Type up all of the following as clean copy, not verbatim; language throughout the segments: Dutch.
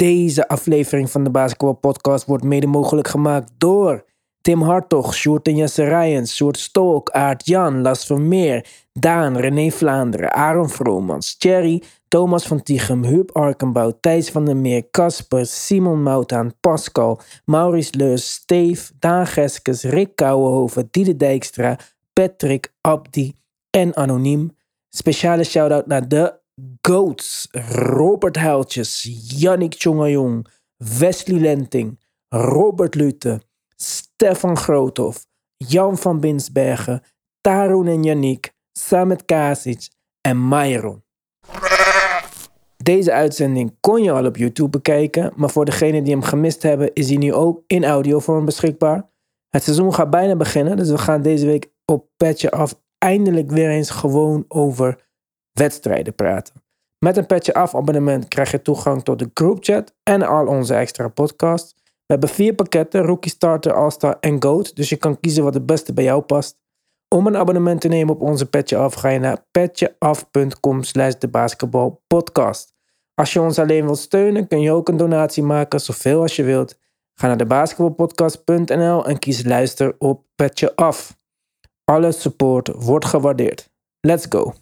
Deze aflevering van de Basketball Podcast wordt mede mogelijk gemaakt door Tim Hartog, Sjoerd en Jesse Rijens, Sjoerd Stolk, Aart Jan, Las Vermeer, Daan, René Vlaanderen, Aaron Vromans, Thierry, Thomas van Tichem, Huub Arkenbout, Thijs van der Meer, Casper, Simon Moutaan, Pascal, Maurice Leus, Steve, Daan Geskes, Rick Kouwenhoven, Diede Dijkstra, Patrick, Abdi en Anoniem. Speciale shout-out naar de GOATs, Robert Huiltjes, Yannick Tjongajong, Wesley Lenting, Robert Lute, Stefan Groothoff, Jan van Binsbergen, Tarun en Yannick, Samet Kasic en Myron. Deze uitzending kon je al op YouTube bekijken, maar voor degenen die hem gemist hebben is hij nu ook in audiovorm beschikbaar. Het seizoen gaat bijna beginnen, dus we gaan deze week op Petje Af eindelijk weer eens gewoon over wedstrijden praten. Met een Petje Af abonnement krijg je toegang tot de groupchat en al onze extra podcasts. We hebben 4 pakketten, Rookie, Starter, All-Star en GOAT, dus je kan kiezen wat het beste bij jou past. Om een abonnement te nemen op onze Petje Af ga je naar petjeaf.com/debasketbalpodcast. Als je ons alleen wilt steunen kun je ook een donatie maken, zoveel als je wilt. Ga naar debasketbalpodcast.nl en kies luister op Petje Af. Alle support wordt gewaardeerd. Let's go.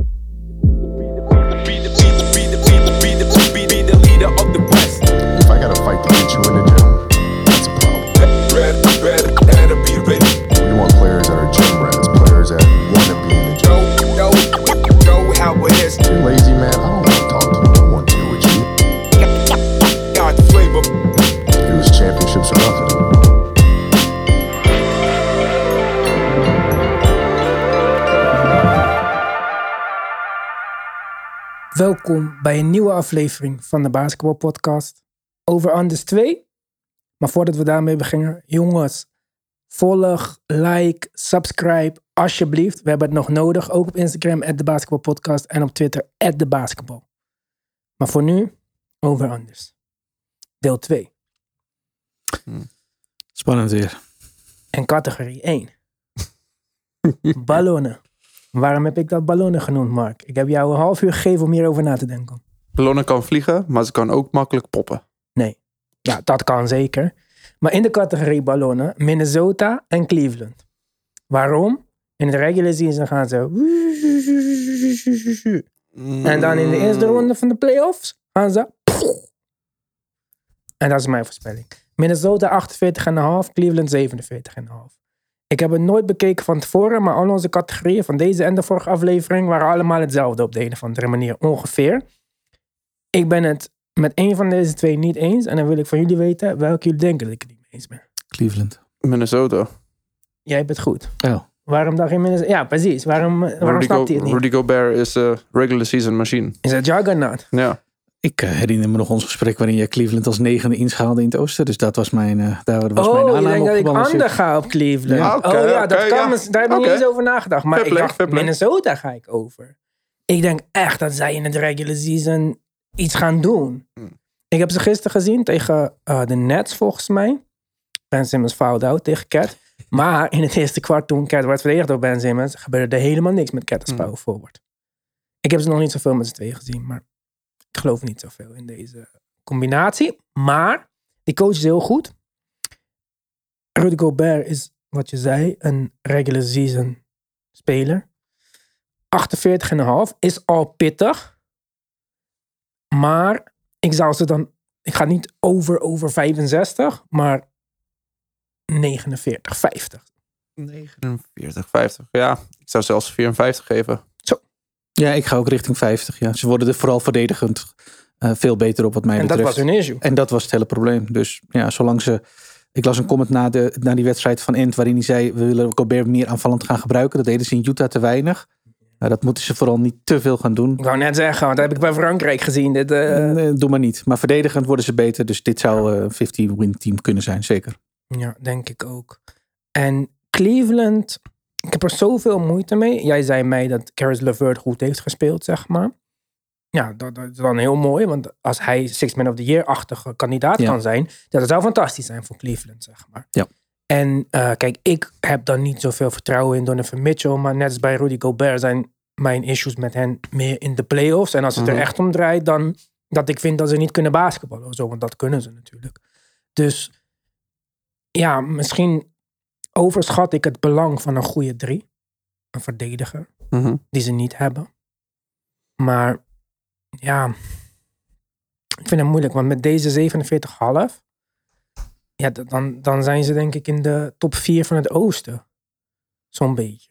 If I gotta fight to get you in the gym, that's a problem. We want players that are gym rats, players that want to be in the gym. If you're lazy, man, I don't want to talk to you. I want to deal with you. It was championships or nothing. Welkom bij een nieuwe aflevering van de Basketball Podcast over Anders 2. Maar voordat we daarmee beginnen, jongens, volg, like, subscribe, alsjeblieft. We hebben het nog nodig, ook op Instagram @debasketballpodcast en op Twitter @debasketball. Maar voor nu, over Anders. Deel 2. Spannend weer. En categorie 1. Ballonnen. Waarom heb ik dat ballonnen genoemd, Mark? Ik heb jou een half uur gegeven om hierover na te denken. Ballonnen kan vliegen, maar ze kan ook makkelijk poppen. Nee. Ja, dat kan zeker. Maar in de categorie ballonnen, Minnesota en Cleveland. Waarom? In de regular season gaan ze... En dan in de eerste ronde van de playoffs gaan ze... En dat is mijn voorspelling. Minnesota 48,5, Cleveland 47,5. Ik heb het nooit bekeken van tevoren, maar al onze categorieën van deze en de vorige aflevering waren allemaal hetzelfde op de een of andere manier, ongeveer. Ik ben het met één van deze twee niet eens en dan wil ik van jullie weten welke jullie denken dat ik het niet mee eens ben. Cleveland. Minnesota. Jij hebt het goed. Oh. Waarom dacht je Minnesota? Ja, precies. Waarom snapt hij het niet? Rudy Gobert is een regular season machine. Is dat juggernaut? Ja. Ik herinner me nog ons gesprek waarin je Cleveland als 9e inschaalde in het oosten. Dus dat was mijn aanname je denkt dat ik ander ga op Cleveland. Ja, dat kan. Ja. Daar heb ik niet eens over nagedacht. Maar ik dacht, Minnesota ga ik over. Ik denk echt dat zij in het regular season iets gaan doen. Ik heb ze gisteren gezien tegen de Nets volgens mij. Ben Simmons fouled out tegen Cat. Maar in het eerste kwart toen Cat werd verdedigd door Ben Simmons, gebeurde er helemaal niks met Cat als power forward. Ik heb ze nog niet zoveel met z'n tweeën gezien, maar ik geloof niet zoveel in deze combinatie. Maar die coach is heel goed. Rudy Gobert is, wat je zei, een regular season speler. 48,5 is al pittig. Maar ik ga niet over 65, maar 49, 50. 49, 50. Ja, ik zou zelfs 54 geven. Zo. Ja, ik ga ook richting 50. Ja. Ze worden er vooral verdedigend veel beter op wat mij betreft. En dat was hun issue. En dat was het hele probleem. Dus ja, zolang ze... Ik las een comment na die wedstrijd van Ent waarin hij zei, we willen Gobert meer aanvallend gaan gebruiken. Dat deden ze in Utah te weinig. Dat moeten ze vooral niet te veel gaan doen. Ik wou net zeggen, want dat heb ik bij Frankrijk gezien. Doe maar niet. Maar verdedigend worden ze beter. Dus dit zou een 50-win team kunnen zijn, zeker. Ja, denk ik ook. En Cleveland, ik heb er zoveel moeite mee. Jij zei mij dat Caris LeVert goed heeft gespeeld, zeg maar. Ja, dat is dan heel mooi. Want als hij Sixth Man of the Year-achtige kandidaat kan zijn, dat zou fantastisch zijn voor Cleveland, zeg maar. Ja. En kijk, ik heb dan niet zoveel vertrouwen in Donovan Mitchell. Maar net als bij Rudy Gobert zijn mijn issues met hen meer in de playoffs. En als het er echt om draait, dan dat ik vind dat ze niet kunnen basketballen of zo. Want dat kunnen ze natuurlijk. Dus ja, misschien overschat ik het belang van een goede 3. Een verdediger. Die ze niet hebben. Maar ja, ik vind het moeilijk. Want met deze 47,5... Ja, dan zijn ze denk ik in de top 4 van het oosten. Zo'n beetje.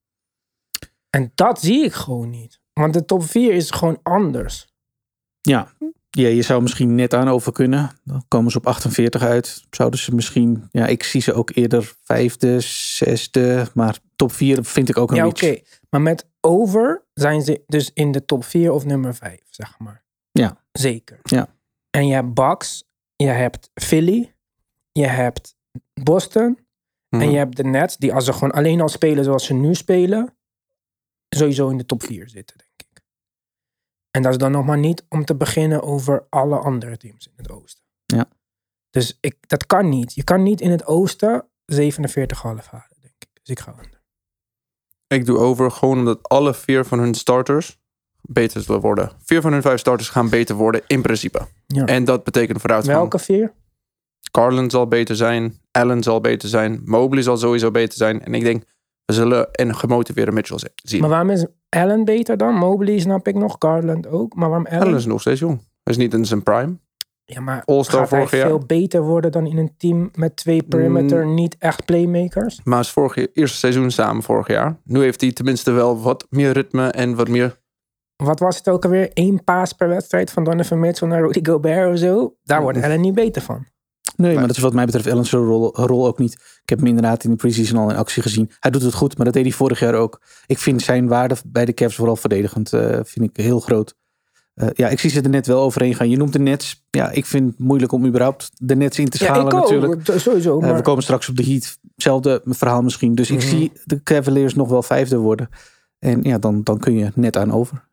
En dat zie ik gewoon niet. Want de top 4 is gewoon anders. Ja, je zou misschien net aan over kunnen. Dan komen ze op 48 uit. Zouden ze misschien... Ja, ik zie ze ook eerder 5e, 6e. Maar top 4 vind ik ook een reach. Ja, oké. Maar met over zijn ze dus in de top 4 of nummer 5, zeg maar. Ja. Zeker. Ja. En je hebt Bucks. Je hebt Philly. Je hebt Boston. En je hebt de Nets. Die als ze gewoon alleen al spelen zoals ze nu spelen... sowieso in de top 4 zitten, denk ik. En dat is dan nog maar niet om te beginnen over alle andere teams in het oosten. Ja. Dus dat kan niet. Je kan niet in het oosten 47,5 halen, denk ik. Dus ik ga onder. Ik doe over gewoon omdat alle 4 van hun starters beter zullen worden. 4 van hun 5 starters gaan beter worden in principe. Ja. En dat betekent vooruitgang. Welke 4? Garland zal beter zijn. Allen zal beter zijn. Mobley zal sowieso beter zijn. En ik denk, we zullen een gemotiveerde Mitchell zien. Maar waarom is Allen beter dan? Mobley snap ik nog. Garland ook. Maar waarom Allen? Allen is nog steeds jong. Hij is niet in zijn prime. Ja, maar All-Star gaat hij vorig jaar. veel beter worden dan in een team met 2 perimeter, niet echt playmakers? Maar het is eerste seizoen samen vorig jaar. Nu heeft hij tenminste wel wat meer ritme en wat meer... Wat was het ook alweer? 1 paas per wedstrijd van Donovan Mitchell naar Rudy Gobert of zo? Daar wordt Allen niet beter van. Nee, maar dat is wat mij betreft Allen's rol ook niet. Ik heb hem inderdaad in de preseason al in actie gezien. Hij doet het goed, maar dat deed hij vorig jaar ook. Ik vind zijn waarde bij de Cavs vooral verdedigend vind ik heel groot. Ja, ik zie ze er net wel overheen gaan. Je noemt de Nets. Ja, ik vind het moeilijk om überhaupt de Nets in te schalen natuurlijk. Sowieso. Maar... we komen straks op de Heat. Hetzelfde verhaal misschien. Dus ik zie de Cavaliers nog wel 5e worden. En ja, dan kun je net aan over.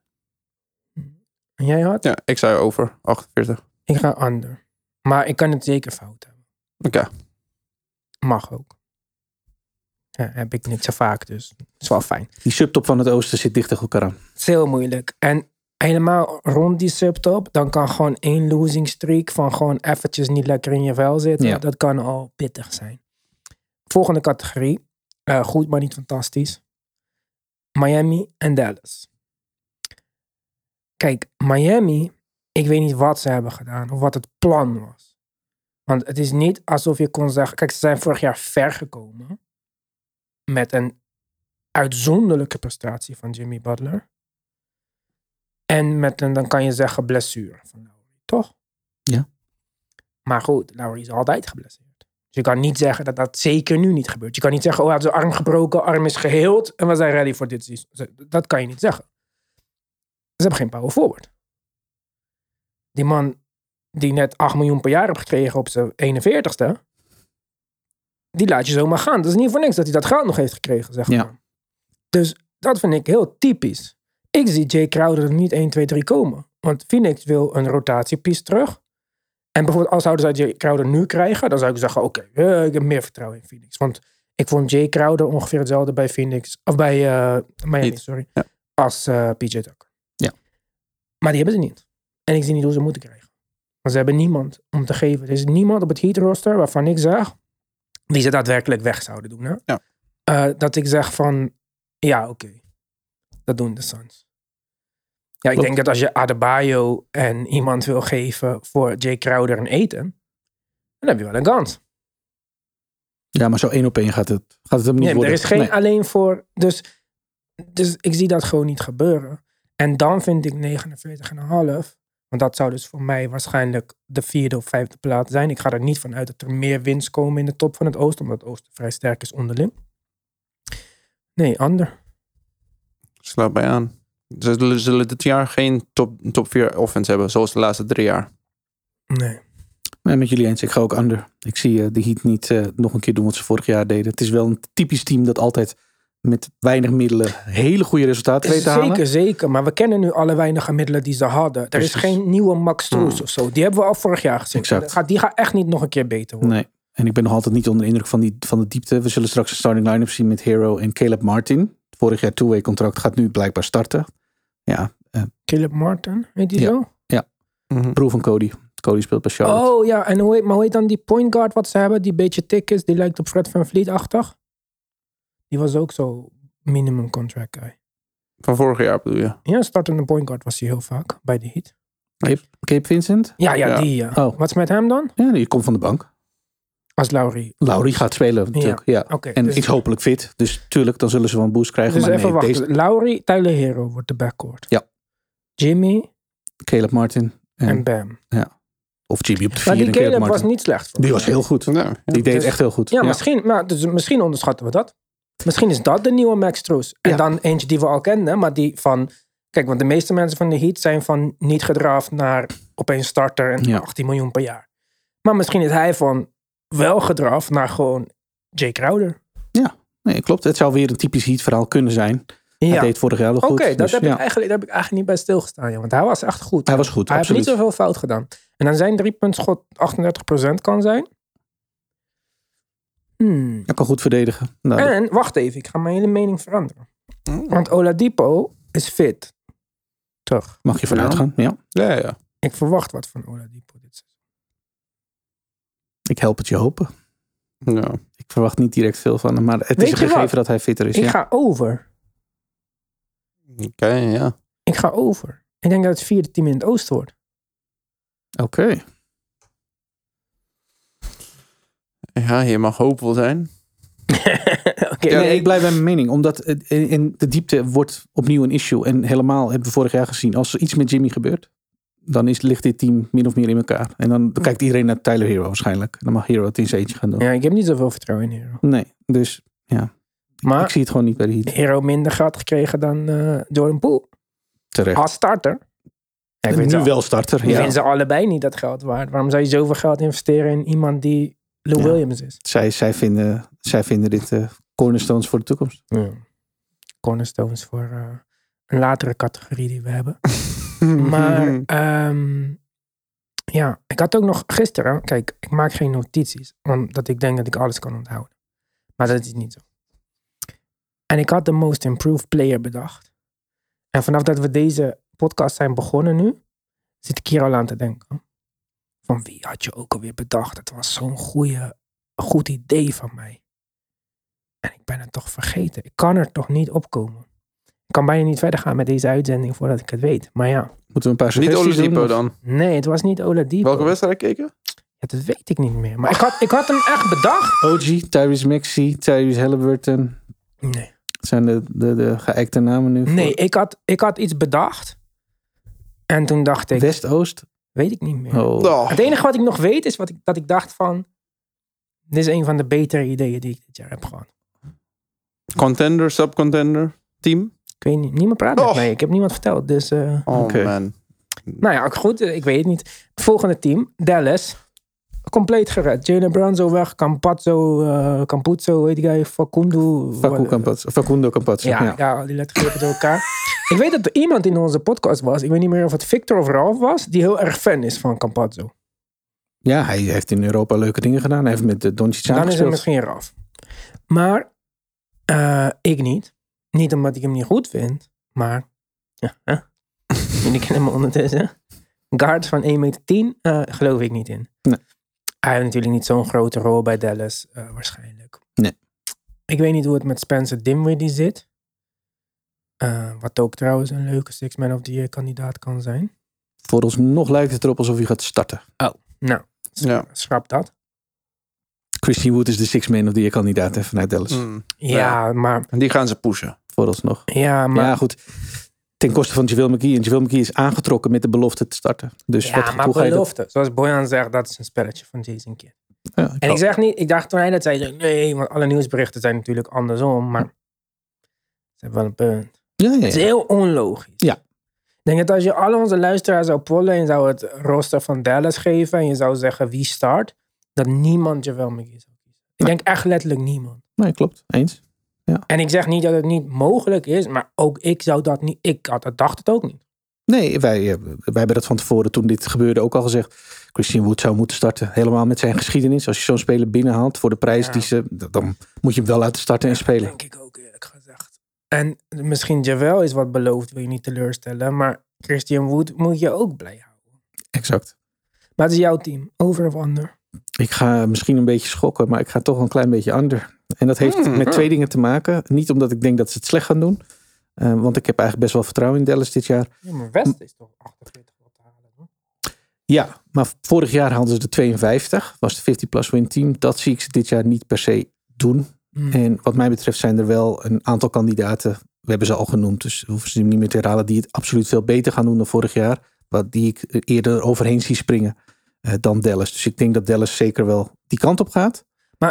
En jij had? Ja, ik zei over 48. Ik ga under. Maar ik kan het zeker fout hebben. Oké. Mag ook. Ja, heb ik niet zo vaak, dus het is wel fijn. Die subtop van het oosten zit dicht tegen elkaar aan. Het is heel moeilijk. En helemaal rond die subtop, dan kan gewoon 1 losing streak van gewoon eventjes niet lekker in je vel zitten. Ja. Dat kan al pittig zijn. Volgende categorie. Goed, maar niet fantastisch. Miami en Dallas. Kijk, Miami, ik weet niet wat ze hebben gedaan of wat het plan was. Want het is niet alsof je kon zeggen... Kijk, ze zijn vorig jaar ver gekomen met een uitzonderlijke prestatie van Jimmy Butler. En met een, dan kan je zeggen, blessure van Lowry, toch? Ja. Maar goed, Lowry is altijd geblesseerd. Dus je kan niet zeggen dat dat zeker nu niet gebeurt. Je kan niet zeggen, hij had zijn arm gebroken, arm is geheeld en we zijn ready voor dit seizoen. Dat kan je niet zeggen. Ze hebben geen power forward. Die man die net 8 miljoen per jaar heeft gekregen op zijn 41ste, die laat je zomaar gaan. Dat is niet voor niks dat hij dat geld nog heeft gekregen, zeg maar. Ja. Dus dat vind ik heel typisch. Ik zie Jay Crowder er niet 1, 2, 3 komen. Want Phoenix wil een rotatiepiece terug. En bijvoorbeeld als zouden zij Jay Crowder nu krijgen, dan zou ik zeggen, oké, ik heb meer vertrouwen in Phoenix. Want ik vond Jay Crowder ongeveer hetzelfde bij Phoenix, of bij Miami, sorry, ja. als PJ Tucker. Ja. Maar die hebben ze niet. En ik zie niet hoe ze moeten krijgen. Maar ze hebben niemand om te geven. Er is niemand op het Heat roster waarvan ik zeg, die ze daadwerkelijk weg zouden doen. Hè? Ja. Dat ik zeg van, ja, oké. Dat doen de Suns. Ja, ik denk dat als je Adebayo en iemand wil geven voor Jay Crowder en Ayton, dan heb je wel een kans. Ja, maar zo 1 op 1 gaat het hem niet worden. Er is geen alleen voor. Dus ik zie dat gewoon niet gebeuren. En dan vind ik 49,5. Want dat zou dus voor mij waarschijnlijk de 4e of 5e plaats zijn. Ik ga er niet van uit dat er meer winst komen in de top van het oosten. Omdat het oosten vrij sterk is onderling. Nee, ander. Sluit bij aan. Ze zullen dit jaar geen top 4 offense hebben, zoals de laatste 3 jaar. Nee. Maar met jullie eens, ik ga ook under. Ik zie de Heat niet nog een keer doen wat ze vorig jaar deden. Het is wel een typisch team dat altijd met weinig middelen hele goede resultaten weet te halen. Zeker. Maar we kennen nu alle weinige middelen die ze hadden. Er is geen nieuwe Max Strus of zo. Die hebben we al vorig jaar gezien. Exact. Die gaat echt niet nog een keer beter worden. Nee. En ik ben nog altijd niet onder de indruk van de diepte. We zullen straks een starting line-up zien met Hero en Caleb Martin. Vorig jaar two-way contract gaat nu blijkbaar starten. Ja. Caleb Martin, heet die zo? Ja. Broer van Cody. Cody speelt bij Charlotte. Oh ja, en hoe heet dan die point guard wat ze hebben? Die beetje tik is, die lijkt op Fred VanVleet-achtig. Die was ook zo minimum contract guy. Van vorig jaar bedoel je? Ja, startende point guard was hij heel vaak bij de Heat. Cape Vincent? Ja. Die ja. Oh. Wat is met hem dan? Ja, die komt van de bank. Als Laurie. Laurie gaat spelen natuurlijk. Ja. Okay, en dus is hopelijk fit. Dus tuurlijk, dan zullen ze wel een boost krijgen. Dus maar even wachten. deze... Laurie, Tyler Hero wordt de backcourt. Ja. Jimmy. Caleb Martin. En Bam. Ja. Of Jimmy op de 4 Maar die en Caleb Caleb Martin. was niet slecht. Die was heel goed. Ja. Die deed echt heel goed. Ja, misschien onderschatten we dat. Misschien is dat de nieuwe Max Strus. En dan eentje die we al kenden, maar die van... Kijk, want de meeste mensen van de Heat zijn van niet gedraft naar opeens starter en 18 miljoen per jaar. Maar misschien is hij van wel gedraft naar gewoon Jay Crowder. Ja, nee, klopt. Het zou weer een typisch Heat verhaal kunnen zijn. Hij deed vorig jaar wel goed. Oké, dus, daar heb ik eigenlijk niet bij stilgestaan. Ja, want hij was echt goed. Hij was goed, Hij absoluut. heeft niet zoveel fout gedaan. En dan zijn 3-puntschot 38% kan zijn. Hij kan goed verdedigen. Nou, En wacht even, ik ga mijn hele mening veranderen. Want Oladipo is fit. Terug. mag je vanuit gaan? Ja. Ja. Ik verwacht wat van Oladipo dit seizoen. Ik help het je hopen. Ja. Ik verwacht niet direct veel van hem. Maar het Weet is een je gegeven wat? dat hij fitter is. Ik ga over. Oké, ja. Ik ga over. Ik denk dat het vierde team in het oosten wordt. Oké. Ja, je mag hoopvol zijn. Oké, Ja, nee, ik blijf bij mijn mening. Omdat in de diepte wordt opnieuw een issue. En helemaal hebben we vorig jaar gezien. Als er iets met Jimmy gebeurt. Dan ligt dit team min of meer in elkaar. En dan kijkt iedereen naar Tyler Hero waarschijnlijk. Dan mag Hero het in zijn eentje gaan doen. Ja, ik heb niet zoveel vertrouwen in Hero. Nee, dus ja. Maar Ik zie het gewoon niet bij de Heat. Hero minder geld gekregen dan Jordan Poole. Terecht. Als starter. Ja, ik weet Nu wel. wel starter. Ik Ja. vind ze allebei niet dat geld waard. Waarom zou je zoveel geld investeren in iemand die Lou Williams is? Zij vinden dit cornerstones voor de toekomst. Ja. Cornerstones voor een latere categorie die we hebben. Maar ja, ik had ook nog gisteren... Kijk, ik maak geen notities. Omdat ik denk dat ik alles kan onthouden. Maar dat is niet zo. En ik had de most improved player bedacht. En vanaf dat we deze podcast zijn begonnen nu... zit ik hier al aan te denken. Van wie had je ook alweer bedacht? Het was zo'n goed idee van mij. En ik ben het toch vergeten. Ik kan er toch niet opkomen. Ik kan bijna niet verder gaan met deze uitzending voordat ik het weet. Maar ja. Moeten we een paar Niet suggesties Oladipo doen? dan. Nee, het was niet Oladipo. Welke wedstrijd keken? Ja, dat weet ik niet meer. Maar ik had hem echt bedacht. OG, Tyrese Maxey, Tyrese Halliburton. Nee. Dat zijn de geëikte namen nu. Nee, ik had iets bedacht. En toen dacht ik... West-Oost? Weet ik niet meer. Oh. Het enige wat ik nog weet is dat ik dacht van... Dit is een van de betere ideeën die ik dit jaar heb gehad. Contender, subcontender, team? Ik weet niet. Niemand praat met mij. Ik heb niemand verteld. Dus... Oh Oké. man. Nou ja, goed. Ik weet het niet. Volgende team. Dallas. Compleet gered. Jalen Brunson weg. Campuzzo, weet je, Facundo Campazzo. Ja, die lettergrepen door elkaar. Ik weet dat er iemand in onze podcast was. Ik weet niet meer of het Victor of Ralf was. Die heel erg fan is van Campazzo. Ja, hij heeft in Europa leuke dingen gedaan. Hij heeft met de Doncic Dan is aangespeeld. het misschien Ralf. Maar ik niet. Niet omdat ik hem niet goed vind. Maar jullie kennen me ondertussen. Guards van 1,10 meter geloof ik niet in. Nee. Hij heeft natuurlijk niet zo'n grote rol bij Dallas waarschijnlijk. Nee. Ik weet niet hoe het met Spencer Dinwiddie zit. Wat ook trouwens een leuke Six Man of the Year kandidaat kan zijn. Vooralsnog lijkt het erop alsof hij gaat starten. Oh, nou. Schrap dat. Christian Wood is de Six Man of the Year kandidaat vanuit Dallas. Ja, maar... En die gaan ze pushen. Vooralsnog. Ja, maar... Ja, goed. Ten koste van JaVale McGee. En JaVale McGee is aangetrokken met de belofte te starten. Dus ja, maar belofte. Zoals Bojan zegt, dat is een spelletje van Jason Kidd. Ja, en ik zeg niet... Ik dacht toen hij dat zei, nee, want alle nieuwsberichten zijn natuurlijk andersom. Maar ze hebben wel een punt. Ja. Het is heel onlogisch. Ja. Ik denk dat als je al onze luisteraars zou pollen en je zou het roster van Dallas geven en je zou zeggen wie start, dat niemand JaVale McGee zou kiezen. Ik denk echt letterlijk niemand. Nee, klopt. Eens. Ja. En ik zeg niet dat het niet mogelijk is, maar ook ik zou dat niet... Ik dacht het ook niet. Nee, wij hebben dat van tevoren toen dit gebeurde ook al gezegd. Christian Wood zou moeten starten. Helemaal met zijn geschiedenis. Als je zo'n speler binnenhaalt voor de prijs die ze... Dan moet je hem wel laten starten en spelen. Dat denk ik ook eerlijk gezegd. En misschien JaVale is wat beloofd, wil je niet teleurstellen. Maar Christian Wood moet je ook blij houden. Exact. Maar het is jouw team. Over of under? Ik ga misschien een beetje schokken, maar ik ga toch een klein beetje under. En dat heeft met 2 dingen te maken. Niet omdat ik denk dat ze het slecht gaan doen. Want ik heb eigenlijk best wel vertrouwen in Dallas dit jaar. Ja, maar West is toch 48 wat te halen, hoor. Ja, maar vorig jaar hadden ze de 52. Was de 50-plus win team. Dat zie ik ze dit jaar niet per se doen. En wat mij betreft zijn er wel een aantal kandidaten. We hebben ze al genoemd, dus hoeven ze niet meer te herhalen. Die het absoluut veel beter gaan doen dan vorig jaar. Wat die ik eerder overheen zie springen dan Dallas. Dus ik denk dat Dallas zeker wel die kant op gaat.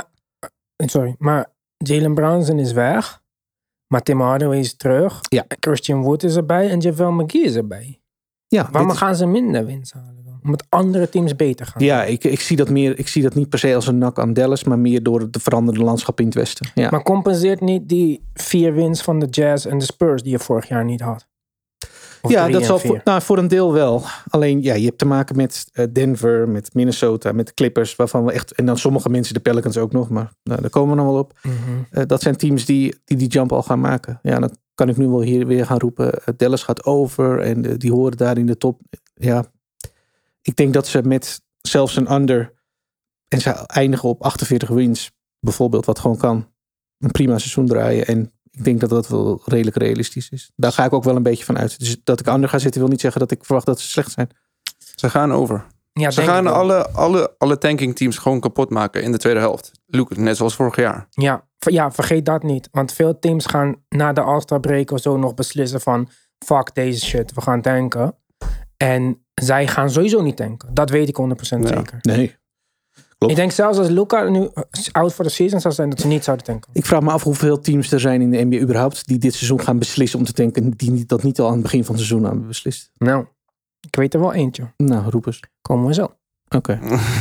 Maar Jalen Brunson is weg. Maar Tim Hardaway is terug. Ja. Christian Wood is erbij. En JaVale McGee is erbij. Ja, Waarom gaan ze minder winst halen dan? Omdat andere teams beter gaan. Ja, ik zie dat meer. Ik zie dat niet per se als een nak aan Dallas, maar meer door het veranderde landschap in het westen. Ja. Maar compenseert niet die 4 wins van de Jazz en de Spurs die je vorig jaar niet had? Of Ja, 3 dat en zal 4? voor een deel wel. Alleen ja, je hebt te maken met Denver, met Minnesota, met de Clippers, waarvan we echt, en dan sommige mensen de Pelicans ook nog, maar daar komen we nog wel op. Dat zijn teams die jump al gaan maken. Ja, dan kan ik nu wel hier weer gaan roepen. Dallas gaat over en die horen daar in de top. Ja, ik denk dat ze met zelfs een under en ze eindigen op 48 wins, bijvoorbeeld, wat gewoon kan, een prima seizoen draaien. En ik denk dat dat wel redelijk realistisch is. Daar ga ik ook wel een beetje van uit. Dus dat ik under ga zitten wil niet zeggen dat ik verwacht dat ze slecht zijn. Ze gaan over. Ja, Ze gaan alle tanking teams gewoon kapot maken in de tweede helft. Lucas, net zoals vorig jaar. Ja, vergeet dat niet. Want veel teams gaan na de All-Star break of zo nog beslissen van fuck deze shit, we gaan tanken. En zij gaan sowieso niet tanken. Dat weet ik 100% zeker. Nee. Klopt. Ik denk zelfs als Luka nu out for the season zou zijn, dat ze niet zouden tanken. Ik vraag me af hoeveel teams er zijn in de NBA überhaupt die dit seizoen gaan beslissen om te tanken, die dat niet al aan het begin van het seizoen hebben beslist. Nou, ik weet er wel eentje. Nou, roep eens. Komen we zo. Oké.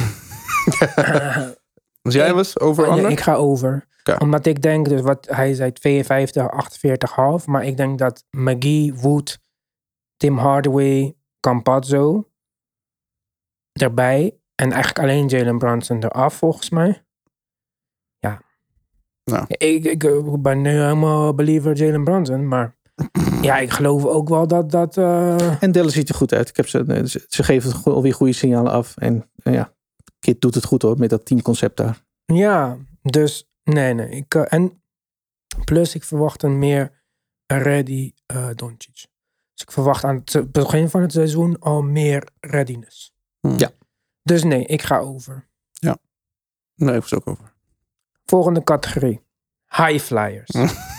Dus jij was over under? Ik ga over. Okay. Omdat ik denk, dus wat hij zei, 52, 48,5. Maar ik denk dat McGee, Wood, Tim Hardaway, Campazzo erbij. En eigenlijk alleen Jalen Brunson eraf, volgens mij. Ja. Nou. Ik ben nu helemaal believer Jalen Brunson. Maar ja, ik geloof ook wel dat... En Dallas ziet er goed uit. Ze geven alweer goede signalen af. En ja, Kid doet het goed hoor, met dat teamconcept daar. Ja, dus nee. En plus ik verwacht een meer ready Doncic. Dus ik verwacht aan het begin van het seizoen al meer readiness. Ja. Dus nee, ik ga over. Ja. Nee, ik was ook over. Volgende categorie. High Flyers.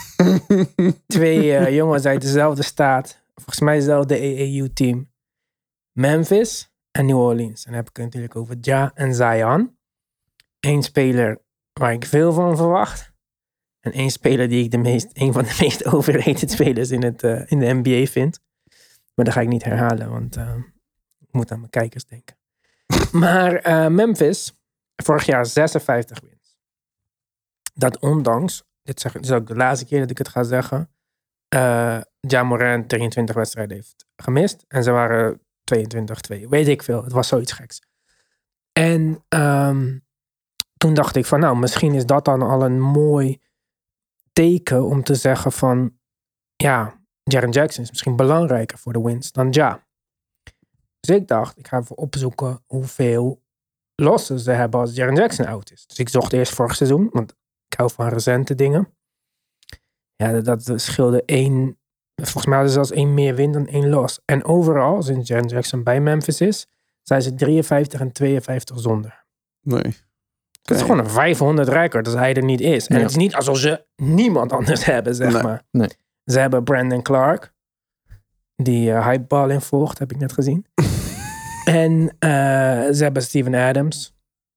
2 jongens uit dezelfde staat. Volgens mij dezelfde AAU-team. Memphis en New Orleans. En dan heb ik het natuurlijk over Ja en Zion. 1 speler waar ik veel van verwacht. En 1 speler die ik een van de meest overrated spelers in de NBA vind. Maar dat ga ik niet herhalen, want ik moet aan mijn kijkers denken. Maar Memphis, vorig jaar 56 wins. Dat ondanks, dit is ook de laatste keer dat ik het ga zeggen, Ja Morant 23 wedstrijden heeft gemist. En ze waren 22-2. Weet ik veel, het was zoiets geks. En toen dacht ik van, nou, misschien is dat dan al een mooi teken om te zeggen van, ja, Jaren Jackson is misschien belangrijker voor de wins dan Ja. Dus ik dacht, ik ga even opzoeken hoeveel losses ze hebben als Jaren Jackson out is. Dus ik zocht eerst vorig seizoen, want ik hou van recente dingen. Ja, dat scheelde 1, volgens mij hadden ze zelfs 1 meer win dan 1 los. En overal, sinds Jaren Jackson bij Memphis is, zijn ze 53 en 52 zonder. Nee. Het is gewoon een 500 record als hij er niet is. En het is niet alsof ze niemand anders hebben, zeg maar. Nee. Ze hebben Brandon Clark, die hypeball in volgt, heb ik net gezien. En ze hebben Steven Adams.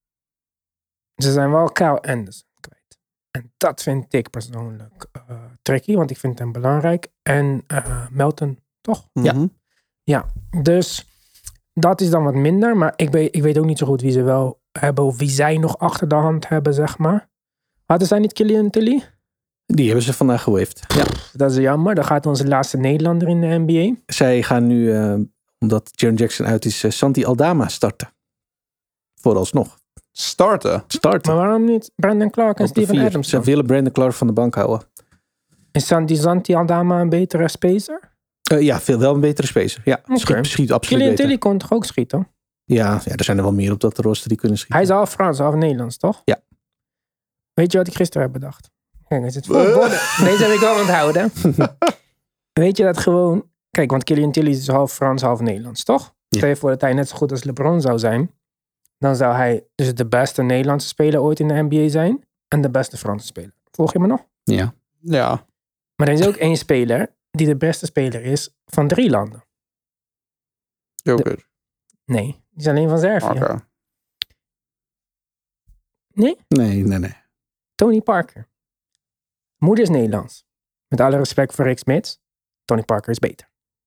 Ze zijn wel Kyle Anderson kwijt. En dat vind ik persoonlijk tricky, want ik vind hem belangrijk. En Melton, toch? Mm-hmm. Ja, dus dat is dan wat minder. Maar ik weet ook niet zo goed wie ze wel hebben of wie zij nog achter de hand hebben, zeg maar. Hadden zij niet Killian Tilly? Die hebben ze vandaag gewaved. Ja. Dat is jammer. Dan gaat onze laatste Nederlander in de NBA. Zij gaan nu, omdat Jaren Jackson uit is, Santi Aldama starten. Vooralsnog. Starten? Maar waarom niet Brandon Clark en Steven Adams? Ze willen Brandon Clark van de bank houden. Is Santi Aldama een betere spacer? Wel een betere spacer. Ja, Oké. schiet absoluut Kylian beter. Tilly kon toch ook schieten? Ja, er zijn er wel meer op dat roster die kunnen schieten. Hij is half Frans, half Nederlands, toch? Ja. Weet je wat ik gisteren heb bedacht? Kijk, is het vol borden. Deze heb ik wel onthouden. Weet je dat gewoon... Kijk, want Kylian Tilly is half Frans, half Nederlands, toch? Ja. Stel je voor dat hij net zo goed als LeBron zou zijn. Dan zou hij dus de beste Nederlandse speler ooit in de NBA zijn. En de beste Franse speler. Volg je me nog? Ja. Ja. Maar er is ook één speler die de beste speler is van 3 landen. Joker. Nee, die is alleen van Servië. Oké. Nee? Nee. Tony Parker. Moeder is Nederlands. Met alle respect voor Rick Smits. Tony Parker is beter.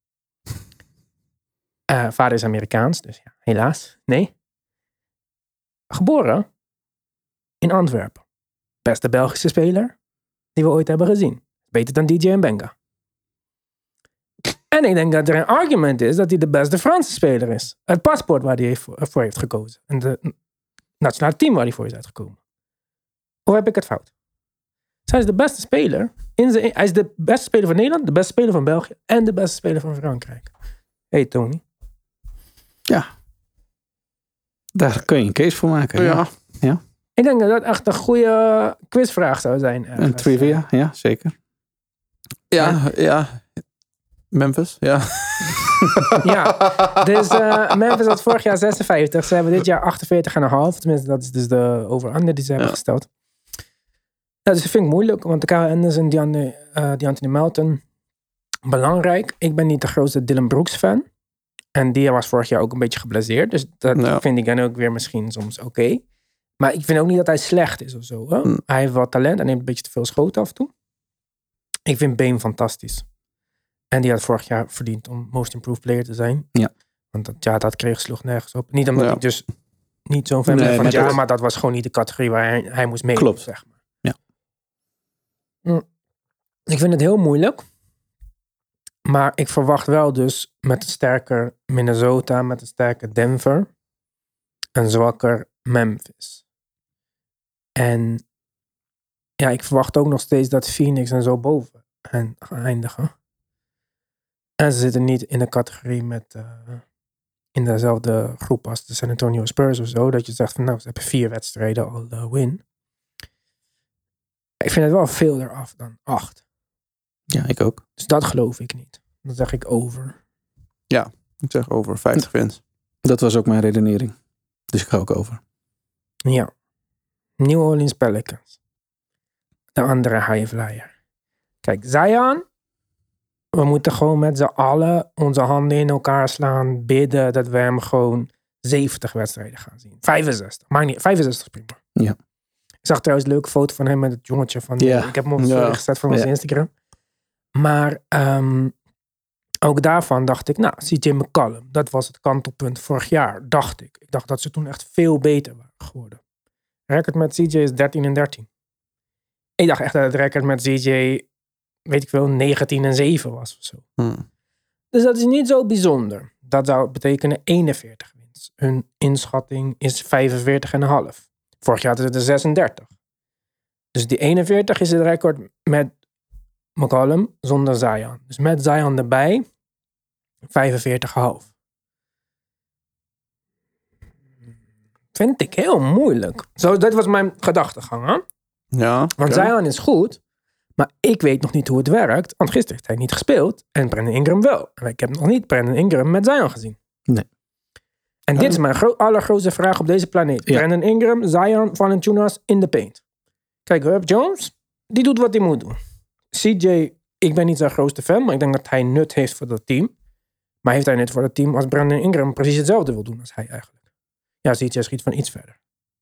Vader is Amerikaans, dus ja, helaas. Nee. Geboren in Antwerpen. Beste Belgische speler die we ooit hebben gezien. Beter dan DJ Mbenga. En ik denk dat er een argument is dat hij de beste Franse speler is. Het paspoort waar hij voor heeft gekozen. En de nationale team waar hij voor is uitgekomen. Of heb ik het fout? Dus hij is de beste speler. Hij is de beste speler van Nederland, de beste speler van België en de beste speler van Frankrijk. Hey Tony. Ja. Daar kun je een case voor maken. Ja. Ik denk dat dat echt een goede quizvraag zou zijn. Een trivia, ja, zeker. Ja. Memphis, ja. Ja, dus Memphis had vorig jaar 56. Ze hebben dit jaar 48,5. Tenminste, dat is dus de over-under die ze hebben gesteld. Ja, dus dat vind ik moeilijk, want de Kyle Anderson, De'Anthony Melton, belangrijk. Ik ben niet de grootste Dylan Brooks fan. En die was vorig jaar ook een beetje geblesseerd. Dus dat vind ik dan ook weer misschien soms oké. Maar ik vind ook niet dat hij slecht is of zo. Hè? Hij heeft wat talent en neemt een beetje te veel schoten af en toe. Ik vind Bane fantastisch. En die had vorig jaar verdiend om Most Improved Player te zijn. Ja. Want dat sloeg nergens op. Niet omdat ik dus niet zo'n fan ben van het jaar, maar dat was gewoon niet de categorie waar hij moest meedoen. Klopt. Zeg maar. Ja. Ik vind het heel moeilijk. Maar ik verwacht wel dus met een sterker Minnesota, met een sterker Denver, een zwakker Memphis. En ja, ik verwacht ook nog steeds dat Phoenix en zo boven gaan eindigen. En ze zitten niet in de categorie met in dezelfde groep als de San Antonio Spurs of zo. Dat je zegt van nou, ze hebben 4 wedstrijden al win. Ik vind het wel veel eraf dan 8. Ja, ik ook. Dus dat geloof ik niet. Dan zeg ik over. Ja, ik zeg over 50 wins. Dat was ook mijn redenering. Dus ik ga ook over. Ja. New Orleans Pelicans. De andere high flyer. Kijk, Zion. We moeten gewoon met z'n allen onze handen in elkaar slaan. Bidden dat we hem gewoon 70 wedstrijden gaan zien. 65. Maakt niet. 65 is prima. Ja. Ik zag trouwens een leuke foto van hem met het jongetje van... Ja. Ik heb hem op de story gezet van onze Instagram. Maar ook daarvan dacht ik... Nou, CJ McCollum. Dat was het kantelpunt vorig jaar, dacht ik. Ik dacht dat ze toen echt veel beter waren geworden. Record met CJ is 13-13. Ik dacht echt dat het record met CJ... weet ik veel, 19-7 was of zo. Dus dat is niet zo bijzonder. Dat zou betekenen 41 wins. Hun inschatting is 45,5. Vorig jaar hadden ze de 36. Dus die 41 is het record met McCollum zonder Zion. Dus met Zion erbij 45,5. Vind ik heel moeilijk. Zo, dat was mijn gedachtegang. Hè? Ja. Want Zion is goed. Maar ik weet nog niet hoe het werkt. Want gisteren heeft hij niet gespeeld. En Brandon Ingram wel. En ik heb nog niet Brandon Ingram met Zion gezien. Nee. En dit is mijn allergrootste vraag op deze planeet. Ja. Brandon Ingram, Zion, Valanciunas in de paint. Kijk, Herb Jones, die doet wat hij moet doen. CJ, ik ben niet zijn grootste fan. Maar ik denk dat hij nut heeft voor dat team. Maar heeft hij nut voor dat team als Brandon Ingram precies hetzelfde wil doen als hij eigenlijk. Ja, CJ schiet van iets verder.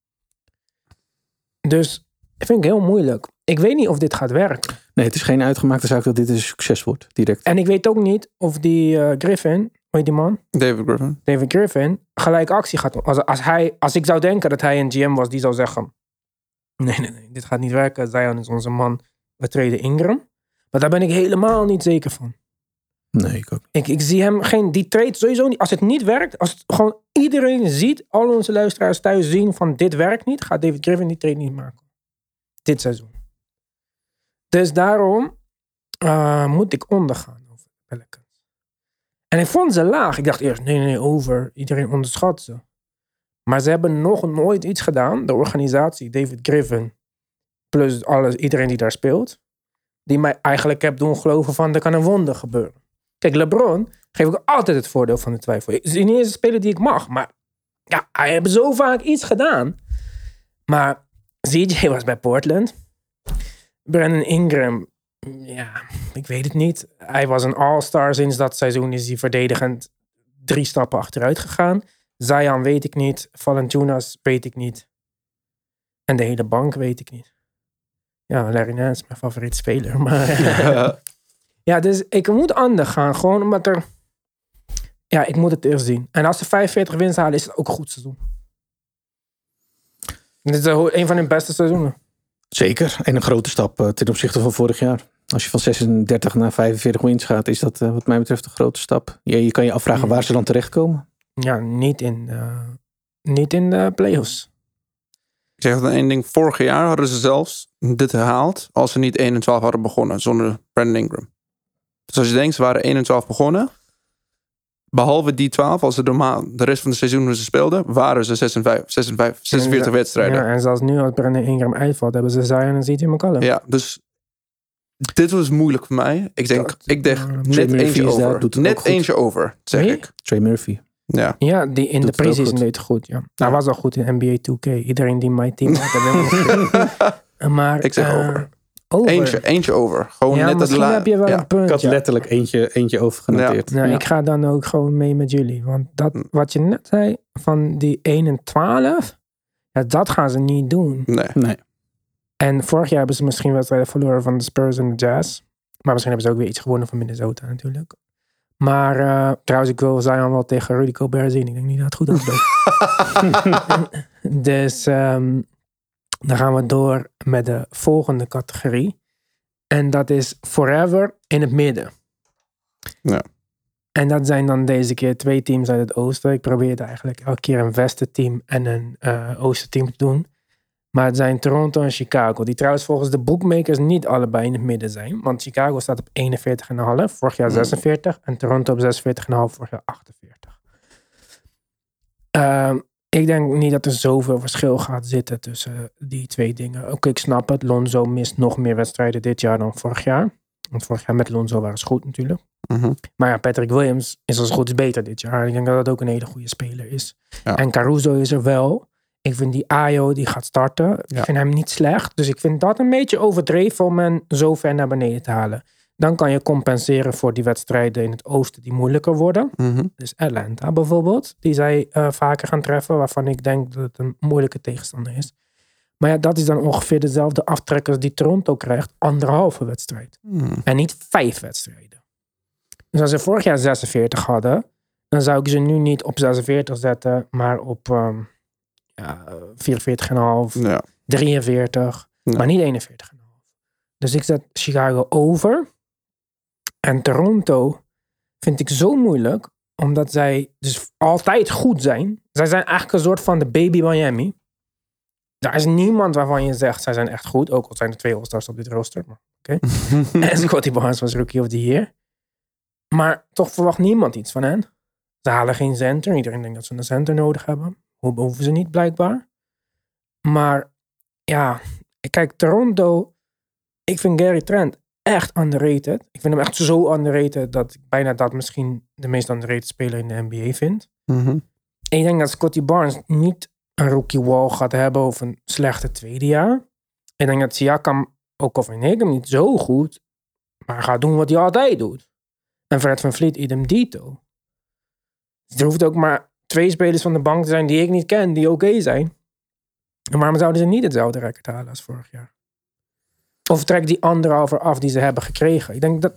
Dus... dat vind ik heel moeilijk. Ik weet niet of dit gaat werken. Nee, het is geen uitgemaakte zaak dat dit een succes wordt, direct. En ik weet ook niet of die Griffin, hoe heet die man? David Griffin, gelijk actie gaat doen. Als ik zou denken dat hij een GM was, die zou zeggen... Nee, dit gaat niet werken. Zion is onze man. We treden Ingram. Maar daar ben ik helemaal niet zeker van. Nee, ik ook. Ik zie hem die trade sowieso niet. Als het niet werkt, als het gewoon iedereen ziet, al onze luisteraars thuis zien van dit werkt niet, gaat David Griffin die trade niet maken. Dit seizoen. Dus daarom moet ik ondergaan over de Pelicans. En ik vond ze laag. Ik dacht eerst, nee, over. Iedereen onderschat ze. Maar ze hebben nog nooit iets gedaan. De organisatie, David Griffin. Plus iedereen die daar speelt. Die mij eigenlijk heb doen geloven van, er kan een wonder gebeuren. Kijk, LeBron geef ik altijd het voordeel van de twijfel. Het is niet eens een speler die ik mag. Maar ja, hij heeft zo vaak iets gedaan. Maar CJ was bij Portland. Brandon Ingram, ja, ik weet het niet. Hij was een all-star. Sinds dat seizoen is hij verdedigend 3 stappen achteruit gegaan. Zion weet ik niet. Valanciunas weet ik niet. En de hele bank weet ik niet. Ja, Larry Nance is mijn favoriete speler. Maar ja, dus ik moet anders gaan. Gewoon omdat er... Ja, ik moet het eerst zien. En als ze 45 winst halen, is het ook een goed seizoen. Dit is een van hun beste seizoenen. Zeker. En een grote stap ten opzichte van vorig jaar. Als je van 36 naar 45 wins gaat, is dat wat mij betreft een grote stap. Je kan je afvragen waar ze dan terechtkomen. Ja, niet in de playoffs. Ik zeg dan één ding. Vorig jaar hadden ze zelfs dit herhaald als ze niet 1-12 hadden begonnen zonder Brandon Ingram. Dus als je denkt, ze waren 1-12 begonnen. Behalve die 12, als ze de rest van de seizoen ze speelden, waren ze 46 wedstrijden. Ja, en zelfs nu als Brandon Ingram uitvalt, hebben ze Zion en CJ McCollum. Ja, dus dit was moeilijk voor mij. Ik denk net eentje over. Net eentje over, zeg ik. Trey Murphy. Ja, die in de preseason deed het goed. Ja. Hij was al goed in NBA 2K. Iedereen die mijn team had, maar ik zeg over. Over. Eentje over. Gewoon ja, net misschien heb je wel een punt. Ik had letterlijk eentje over genoteerd. Ja. Nou, ik ga dan ook gewoon mee met jullie. Want dat wat je net zei, van die 1 en 12, dat gaan ze niet doen. Nee. En vorig jaar hebben ze misschien wedstrijden verloren van de Spurs en de Jazz. Maar misschien hebben ze ook weer iets gewonnen van Minnesota natuurlijk. Maar trouwens, ik wil Zion wel tegen Rudy Gobert zien. Ik denk niet dat het goed afloopt. Dus dan gaan we door met de volgende categorie. En dat is forever in het midden. Ja. En dat zijn dan deze keer 2 teams uit het oosten. Ik probeerde eigenlijk elke keer een westenteam en een oostenteam te doen. Maar het zijn Toronto en Chicago. Die trouwens volgens de bookmakers niet allebei in het midden zijn. Want Chicago staat op 41,5. Vorig jaar 46. En Toronto op 46,5. Vorig jaar 48. Ik denk niet dat er zoveel verschil gaat zitten tussen die 2 dingen. Ook ik snap het. Lonzo mist nog meer wedstrijden dit jaar dan vorig jaar. Want vorig jaar met Lonzo waren ze goed natuurlijk. Mm-hmm. Maar ja, Patrick Williams is als goed is beter dit jaar. Ik denk dat dat ook een hele goede speler is. Ja. En Caruso is er wel. Ik vind die Ayo, die gaat starten. Ik vind hem niet slecht. Dus ik vind dat een beetje overdreven om hem zo ver naar beneden te halen. Dan kan je compenseren voor die wedstrijden in het oosten die moeilijker worden. Mm-hmm. Dus Atlanta bijvoorbeeld. Die zij vaker gaan treffen. Waarvan ik denk dat het een moeilijke tegenstander is. Maar ja, dat is dan ongeveer dezelfde aftrekkers die Toronto krijgt. 1,5 wedstrijd. En niet 5 wedstrijden. Dus als ze vorig jaar 46 hadden. Dan zou ik ze nu niet op 46 zetten. Maar op 44,5. 43. Maar niet 41,5. Dus ik zet Chicago over. En Toronto vind ik zo moeilijk. Omdat zij dus altijd goed zijn. Zij zijn eigenlijk een soort van de baby Miami. Daar is niemand waarvan je zegt, zij zijn echt goed. Ook al zijn er 2 All-Stars op dit rooster. Maar en Scottie Barnes was Rookie of the Year. Maar toch verwacht niemand iets van hen. Ze halen geen center. Iedereen denkt dat ze een center nodig hebben. Hoeven ze niet blijkbaar. Maar ja, kijk, Toronto. Ik vind Gary Trent echt underrated. Ik vind hem echt zo underrated dat ik bijna dat misschien de meest underrated speler in de NBA vind. Mm-hmm. Ik denk dat Scottie Barnes niet een rookie wall gaat hebben of een slechte tweede jaar. Ik denk dat Siakam, ook al vind ik hem niet zo goed, maar gaat doen wat hij altijd doet. En Fred VanVleet idem dito. Dus er hoeft ook maar 2 spelers van de bank te zijn die ik niet ken, die oké zijn. En waarom zouden ze niet hetzelfde record halen als vorig jaar? Of trek die 1,5 af die ze hebben gekregen? Ik denk dat,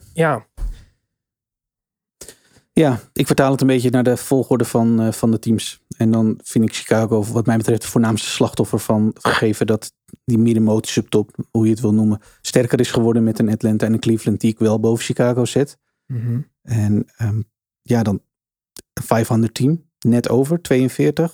Ja, ik vertaal het een beetje naar de volgorde van de teams. En dan vind ik Chicago, wat mij betreft, de voornaamste slachtoffer van gegeven dat die middenmoot subtop, hoe je het wil noemen, sterker is geworden met een Atlanta en een Cleveland die ik wel boven Chicago zet. En dan een 500 team, net over, 42.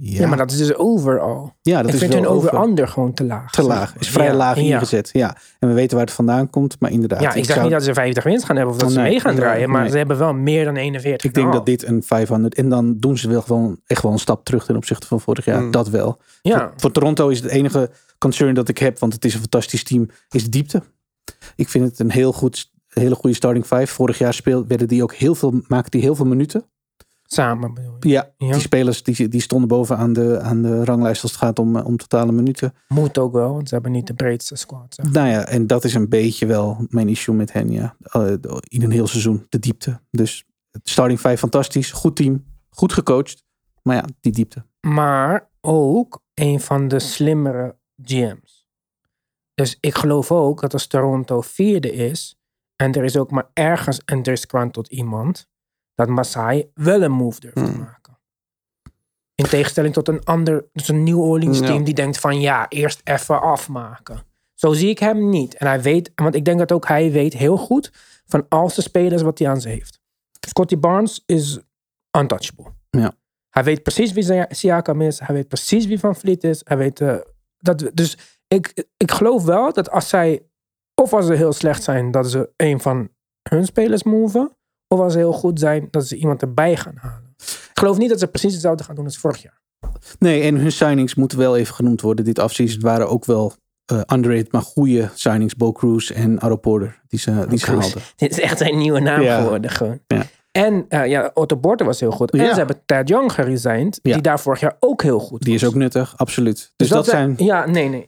Ja, maar dat is dus overal. Ja, dat ik vind hun over-under gewoon te laag. Te laag. Is vrij laag ingezet. Ja. En we weten waar het vandaan komt. Maar inderdaad. Ja, ik zeg niet dat ze 50 wins gaan hebben. Of dat ze mee gaan draaien. Maar ze hebben wel meer dan 41. Ik denk dat dit een 500... En dan doen ze wel gewoon echt wel een stap terug ten opzichte van vorig jaar. Dat wel. Ja. Voor Toronto is het enige concern dat ik heb. Want het is een fantastisch team. Is de diepte. Ik vind het een hele goede starting 5. Vorig jaar maakten die heel veel minuten. Samen bedoel je? Ja, die spelers die stonden boven aan de ranglijst als het gaat om totale minuten. Moet ook wel, want ze hebben niet de breedste squad. Zeg. Nou ja, en dat is een beetje wel mijn issue met hen, ja. In een heel seizoen, de diepte. Dus starting 5 fantastisch, goed team, goed gecoacht. Maar ja, die diepte. Maar ook een van de slimmere GM's. Dus ik geloof ook dat als Toronto 4e is, en er is ook maar ergens een discount tot iemand, dat Masai wel een move durft te maken. In tegenstelling tot een ander, dus een New Orleans team die denkt van eerst even afmaken. Zo zie ik hem niet. En hij weet, want ik denk dat ook hij weet heel goed van al zijn spelers wat hij aan ze heeft. Scottie Barnes is untouchable. Ja. Hij weet precies wie Siakam is. Hij weet precies wie Van Vliet is. Hij weet dat. Dus ik geloof wel dat als zij, of als ze heel slecht zijn, dat ze een van hun spelers moven. Of als ze heel goed zijn, dat ze iemand erbij gaan halen. Ik geloof niet dat ze precies hetzelfde gaan doen als vorig jaar. Nee, en hun signings moeten wel even genoemd worden. Dit offseason waren ook wel underrated, maar goede signings. Bo Cruz en Otto Porter, die ze haalden. Dit is echt zijn nieuwe naam geworden gewoon. Ja. En Otto Porter was heel goed. En ze hebben Thad Young geresigned, die daar vorig jaar ook heel goed was. Die is ook nuttig, absoluut. Dus dat zijn... Ja, nee.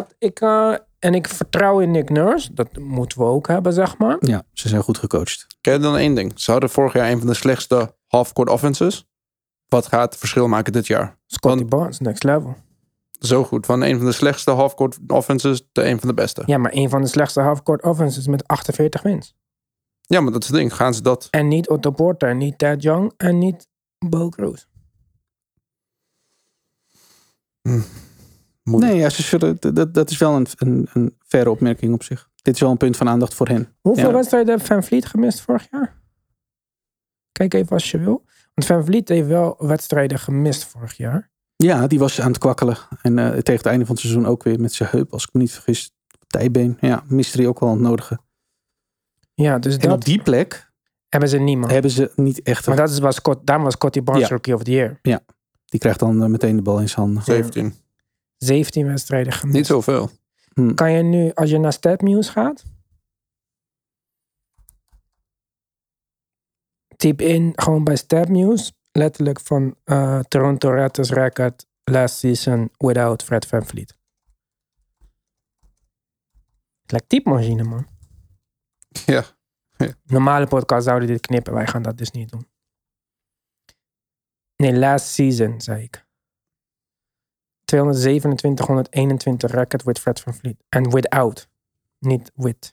En ik vertrouw in Nick Nurse. Dat moeten we ook hebben, zeg maar. Ja, ze zijn goed gecoacht. Kijk dan één ding. Ze hadden vorig jaar een van de slechtste half-court offenses. Wat gaat het verschil maken dit jaar? Scottie Barnes, next level. Zo goed. Van een van de slechtste half-court offenses tot een van de beste. Ja, maar een van de slechtste half-court offenses met 48 wins. Ja, maar dat is het ding. Gaan ze dat... En niet Otto Porter, niet Thad Young en niet Bo Cruz. Nee, ja, ze zullen, dat is wel een verre opmerking op zich. Dit is wel een punt van aandacht voor hen. Hoeveel wedstrijden heeft Van Vliet gemist vorig jaar? Kijk even als je wil. Want Van Vliet heeft wel wedstrijden gemist vorig jaar. Ja, die was aan het kwakkelen. En tegen het einde van het seizoen ook weer met zijn heup, als ik me niet vergis. Dijbeen. Ja, miste hij ook wel het nodige. Ja, dus en op die plek hebben ze niemand. Hebben ze niet echt. Maar daarom was Scottie Barnes Rookie of the Year. Ja, die krijgt dan meteen de bal in zijn handen. 17 wedstrijden gemist. Niet zoveel. Kan je nu, als je naar StatMuse gaat, typ in gewoon bij StatMuse, letterlijk van Toronto Raptors record last season without Fred VanVleet. Het lijkt typemachine, man. Ja. Normale podcast zouden dit knippen. Wij gaan dat dus niet doen. Nee, last season, zei ik. 227 record with Fred VanVleet. En without. Niet with.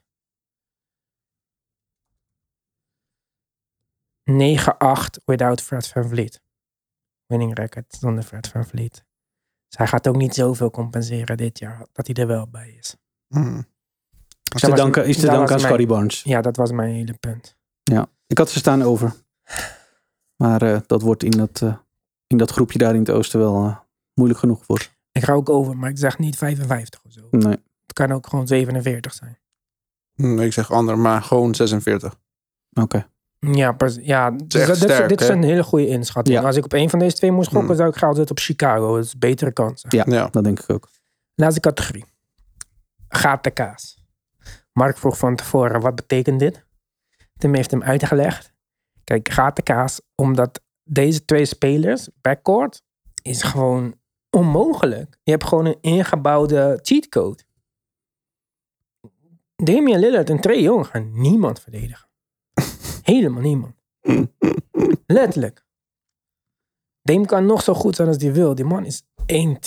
9-8 without Fred VanVleet. Winning record zonder Fred VanVleet. Dus hij gaat ook niet zoveel compenseren dit jaar. Dat hij er wel bij is. Is te danken aan Scottie Barnes. Ja, dat was mijn hele punt. Ja, ik had ze staan over. Maar dat wordt in dat groepje daar in het oosten wel moeilijk genoeg voor. Ik ga ook over, maar ik zeg niet 55 of zo. Nee. Het kan ook gewoon 47 zijn. Ik zeg ander, maar gewoon 46. Oké. Ja, dit is een hele goede inschatting. Ja. Als ik op een van deze twee moest gokken, zou ik gaan zetten op Chicago. Dat is een betere kans. Ja, dat denk ik ook. Laatste categorie. Gaat de kaas. Mark vroeg van tevoren, wat betekent dit? Tim heeft hem uitgelegd. Kijk, gaat de kaas, omdat deze twee spelers, backcourt, is gewoon onmogelijk. Je hebt gewoon een ingebouwde cheatcode. Damian Lillard en Trae Young gaan niemand verdedigen. Helemaal niemand. Letterlijk. Dame kan nog zo goed zijn als die wil. Die man is 1,32.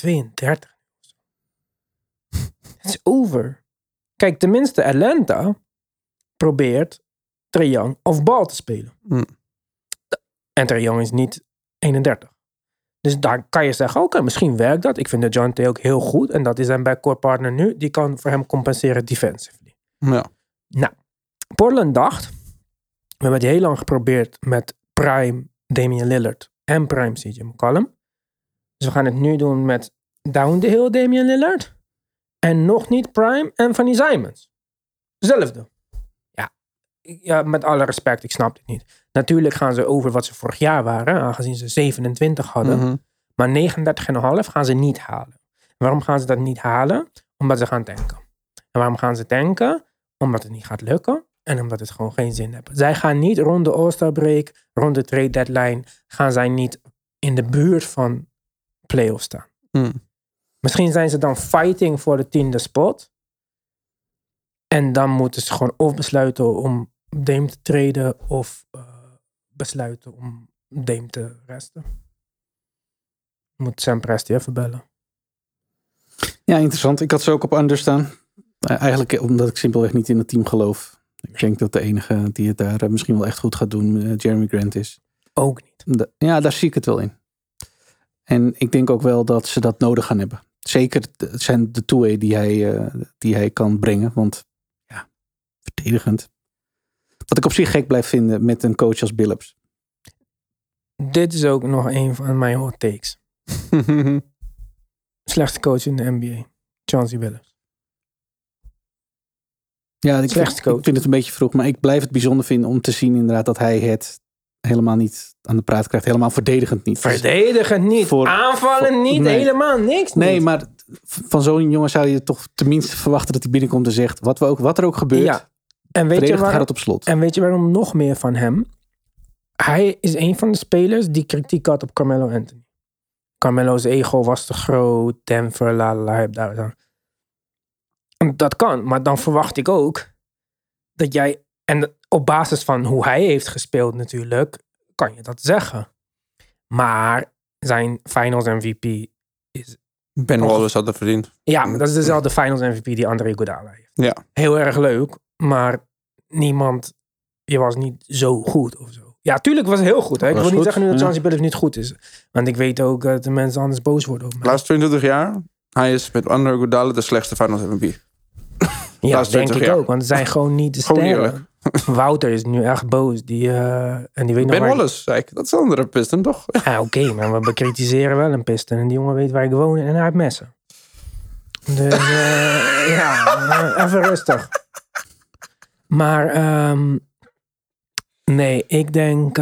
Het is over. Kijk, tenminste Atlanta probeert Trae Young off bal te spelen. En Trae Young is niet 31. Dus daar kan je zeggen, oké, misschien werkt dat. Ik vind de DeJounte ook heel goed. En dat is zijn backcourt partner nu. Die kan voor hem compenseren defensively. Ja. Nou, Portland dacht, we hebben het heel lang geprobeerd met prime Damian Lillard en prime CJ McCollum. Dus we gaan het nu doen met down the hill Damian Lillard. En nog niet prime Anthony Simons. Zelfde. Ja, met alle respect, ik snap het niet. Natuurlijk gaan ze over wat ze vorig jaar waren, aangezien ze 27 hadden. Mhm. Maar 39,5 gaan ze niet halen. Waarom gaan ze dat niet halen? Omdat ze gaan tanken. En waarom gaan ze tanken? Omdat het niet gaat lukken. En omdat het gewoon geen zin heeft. Zij gaan niet rond de All-Star break, rond de trade deadline, gaan zij niet in de buurt van playoffs staan. Misschien zijn ze dan fighting voor de 10e spot. En dan moeten ze gewoon of besluiten om Dame te traden of besluiten om Dame te resten. Moet Sam Presti even bellen. Ja, interessant. Ik had ze ook op under staan. Eigenlijk omdat ik simpelweg niet in het team geloof. Ik denk dat de enige die het daar misschien wel echt goed gaat doen Jeremy Grant is. Ook niet. Ja, daar zie ik het wel in. En ik denk ook wel dat ze dat nodig gaan hebben. Zeker het zijn de two-way die hij kan brengen. Want ja, verdedigend. Wat ik op zich gek blijf vinden met een coach als Billups. Dit is ook nog een van mijn hot takes. Slechtste coach in de NBA. Chauncey Billups. Ja, ik Slechtste coach. vind het een beetje vroeg. Maar ik blijf het bijzonder vinden om te zien inderdaad dat hij het helemaal niet aan de praat krijgt. Helemaal verdedigend niet. Verdedigend niet. Aanvallen niet. Nee. Helemaal niks Nee, niet. maar van zo'n jongen zou je toch tenminste verwachten dat hij binnenkomt en zegt wat er ook gebeurt. Ja. En weet, je Verdedigend gaat waarom, het op slot. en weet je waarom nog meer van hem? Hij is een van de spelers die kritiek had op Carmelo Anthony. Carmelo's ego was te groot. Denver, la. Dat kan, maar dan verwacht ik ook dat jij... En op basis van hoe hij heeft gespeeld natuurlijk, kan je dat zeggen. Maar zijn finals MVP is... Ben Wallace had dat verdiend. Ja, maar dat is dezelfde finals MVP die Andre Iguodala heeft. Ja. Heel erg leuk, maar je was niet zo goed of zo. Ja, tuurlijk was het heel goed. Hè? Ik Was wil niet goed, zeggen nu dat ja. Chauncey Billups niet goed is. Want ik weet ook dat de mensen anders boos worden op De mij. laatste 22 jaar, hij is met Andre Iguodala de slechtste finals MVP. Ja, laatste denk 20 ik jaar. ook. Want het zijn gewoon niet de Gewoon sterren. Wouter is nu echt boos. En die weet nog Ben waar... Wallace, zei ik. Dat is een andere Piston, toch? Ja, oké, maar we bekritiseren wel een piston. En die jongen weet waar ik woon en hij heeft messen. Dus even rustig. Maar nee, ik denk...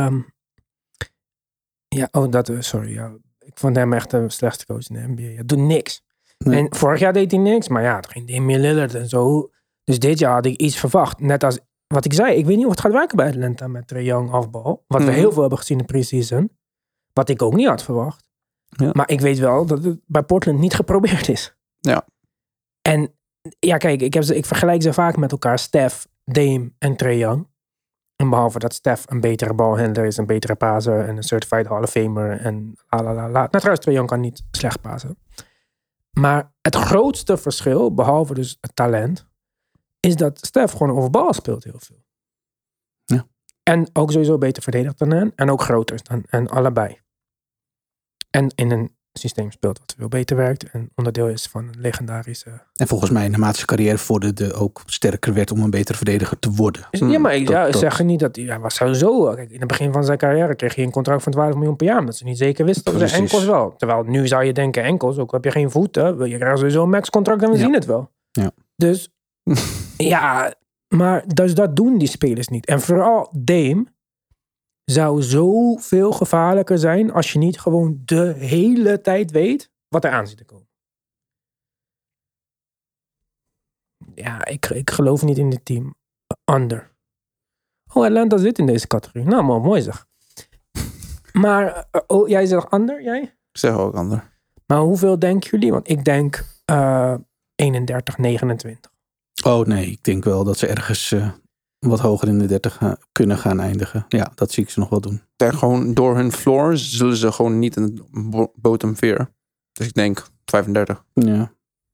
ik vond hem echt de slechtste coach in de NBA. Hij doet niks. Nee. En vorig jaar deed hij niks, maar ja, geen Damian Lillard en zo. Dus dit jaar had ik iets verwacht. Net als wat ik zei, ik weet niet of het gaat werken bij Atlanta met Trae Young afbal. Wat we heel veel hebben gezien in pre-season. Wat ik ook niet had verwacht. Ja. Maar ik weet wel dat het bij Portland niet geprobeerd is. Ja. En ja, kijk, ik vergelijk ze vaak met elkaar. Steph, Dame en Trae Young. En behalve dat Steph een betere balhandler is, een betere paser en een certified Hall of Famer en la. Nou, trouwens, Trae Young kan niet slecht pasen. Maar het grootste verschil, behalve dus het talent, is dat Steph gewoon overbal speelt heel veel. Ja. En ook sowieso beter verdedigd dan hen. En ook groter dan hen, allebei. En in een systeem speelt wat veel beter werkt. En onderdeel is van een legendarische... En volgens mij naarmate zijn carrière vorderde ook sterker werd om een betere verdediger te worden. Ja, maar ik dat- zeg niet dat hij was sowieso... Kijk, in het begin van zijn carrière kreeg hij een contract van 12 miljoen per jaar. Omdat ze niet zeker wisten of zijn Precies. enkels wel. Terwijl nu zou je denken enkels, ook heb je geen voeten. Je krijgt sowieso een max contract en we zien het wel. Ja. Dus ja, maar dus dat doen die spelers niet. En vooral Dame zou zoveel gevaarlijker zijn als je niet gewoon de hele tijd weet wat er aan zit te komen. Ja, ik geloof niet in dit team. Under. Oh, Atlanta zit in deze categorie. Nou, mooi zeg. Maar, jij zegt under, jij? Ik zeg ook ander. Maar hoeveel denken jullie? Want ik denk 31, 29. Oh nee, ik denk wel dat ze ergens wat hoger in de 30 kunnen gaan eindigen. Ja, dat zie ik ze nog wel doen. En gewoon door hun floor zullen ze gewoon niet in het bottom 4. Dus ik denk 35. Ja.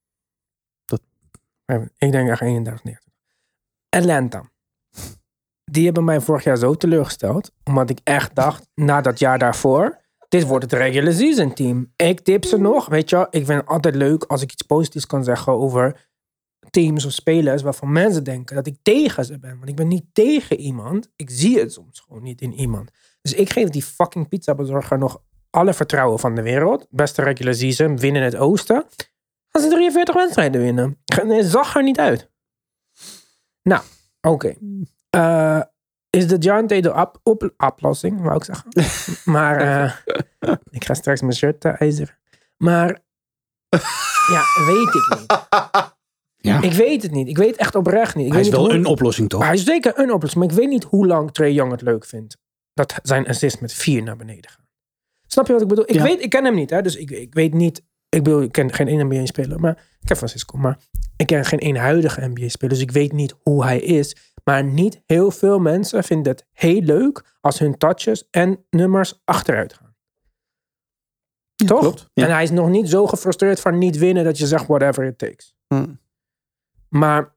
Ik denk echt 31, 29. Atlanta. Die hebben mij vorig jaar zo teleurgesteld. Omdat ik echt dacht, na dat jaar daarvoor... Dit wordt het regular season team. Ik tip ze nog. Weet je wel, ik vind het altijd leuk als ik iets positiefs kan zeggen over teams of spelers waarvan mensen denken dat ik tegen ze ben. Want ik ben niet tegen iemand. Ik zie het soms gewoon niet in iemand. Dus ik geef die fucking pizzabezorger nog alle vertrouwen van de wereld. Beste regular season, winnen het oosten. Gaan ze 43 wedstrijden winnen. Het zag er niet uit. Nou, oké. Is de Giant de oplossing, wou ik zeggen. Maar ik ga straks mijn shirt ijzeren. Maar ja, weet ik niet. Ja. Ik weet het niet. Ik weet echt oprecht niet. Hij is wel een oplossing, toch? Hij is zeker een oplossing. Maar ik weet niet hoe lang Trae Young het leuk vindt. Dat zijn assists met 4 naar beneden gaan. Snap je wat ik bedoel? Ik ken hem niet. Hè? Dus ik weet niet. Ik ken geen één NBA-speler. Maar ik ken Francisco. Maar ik ken geen één huidige NBA-speler. Dus ik weet niet hoe hij is. Maar niet heel veel mensen vinden het heel leuk als hun touches en nummers achteruit gaan. Toch? Klopt. Ja. En hij is nog niet zo gefrustreerd van niet winnen dat je zegt whatever it takes. Maar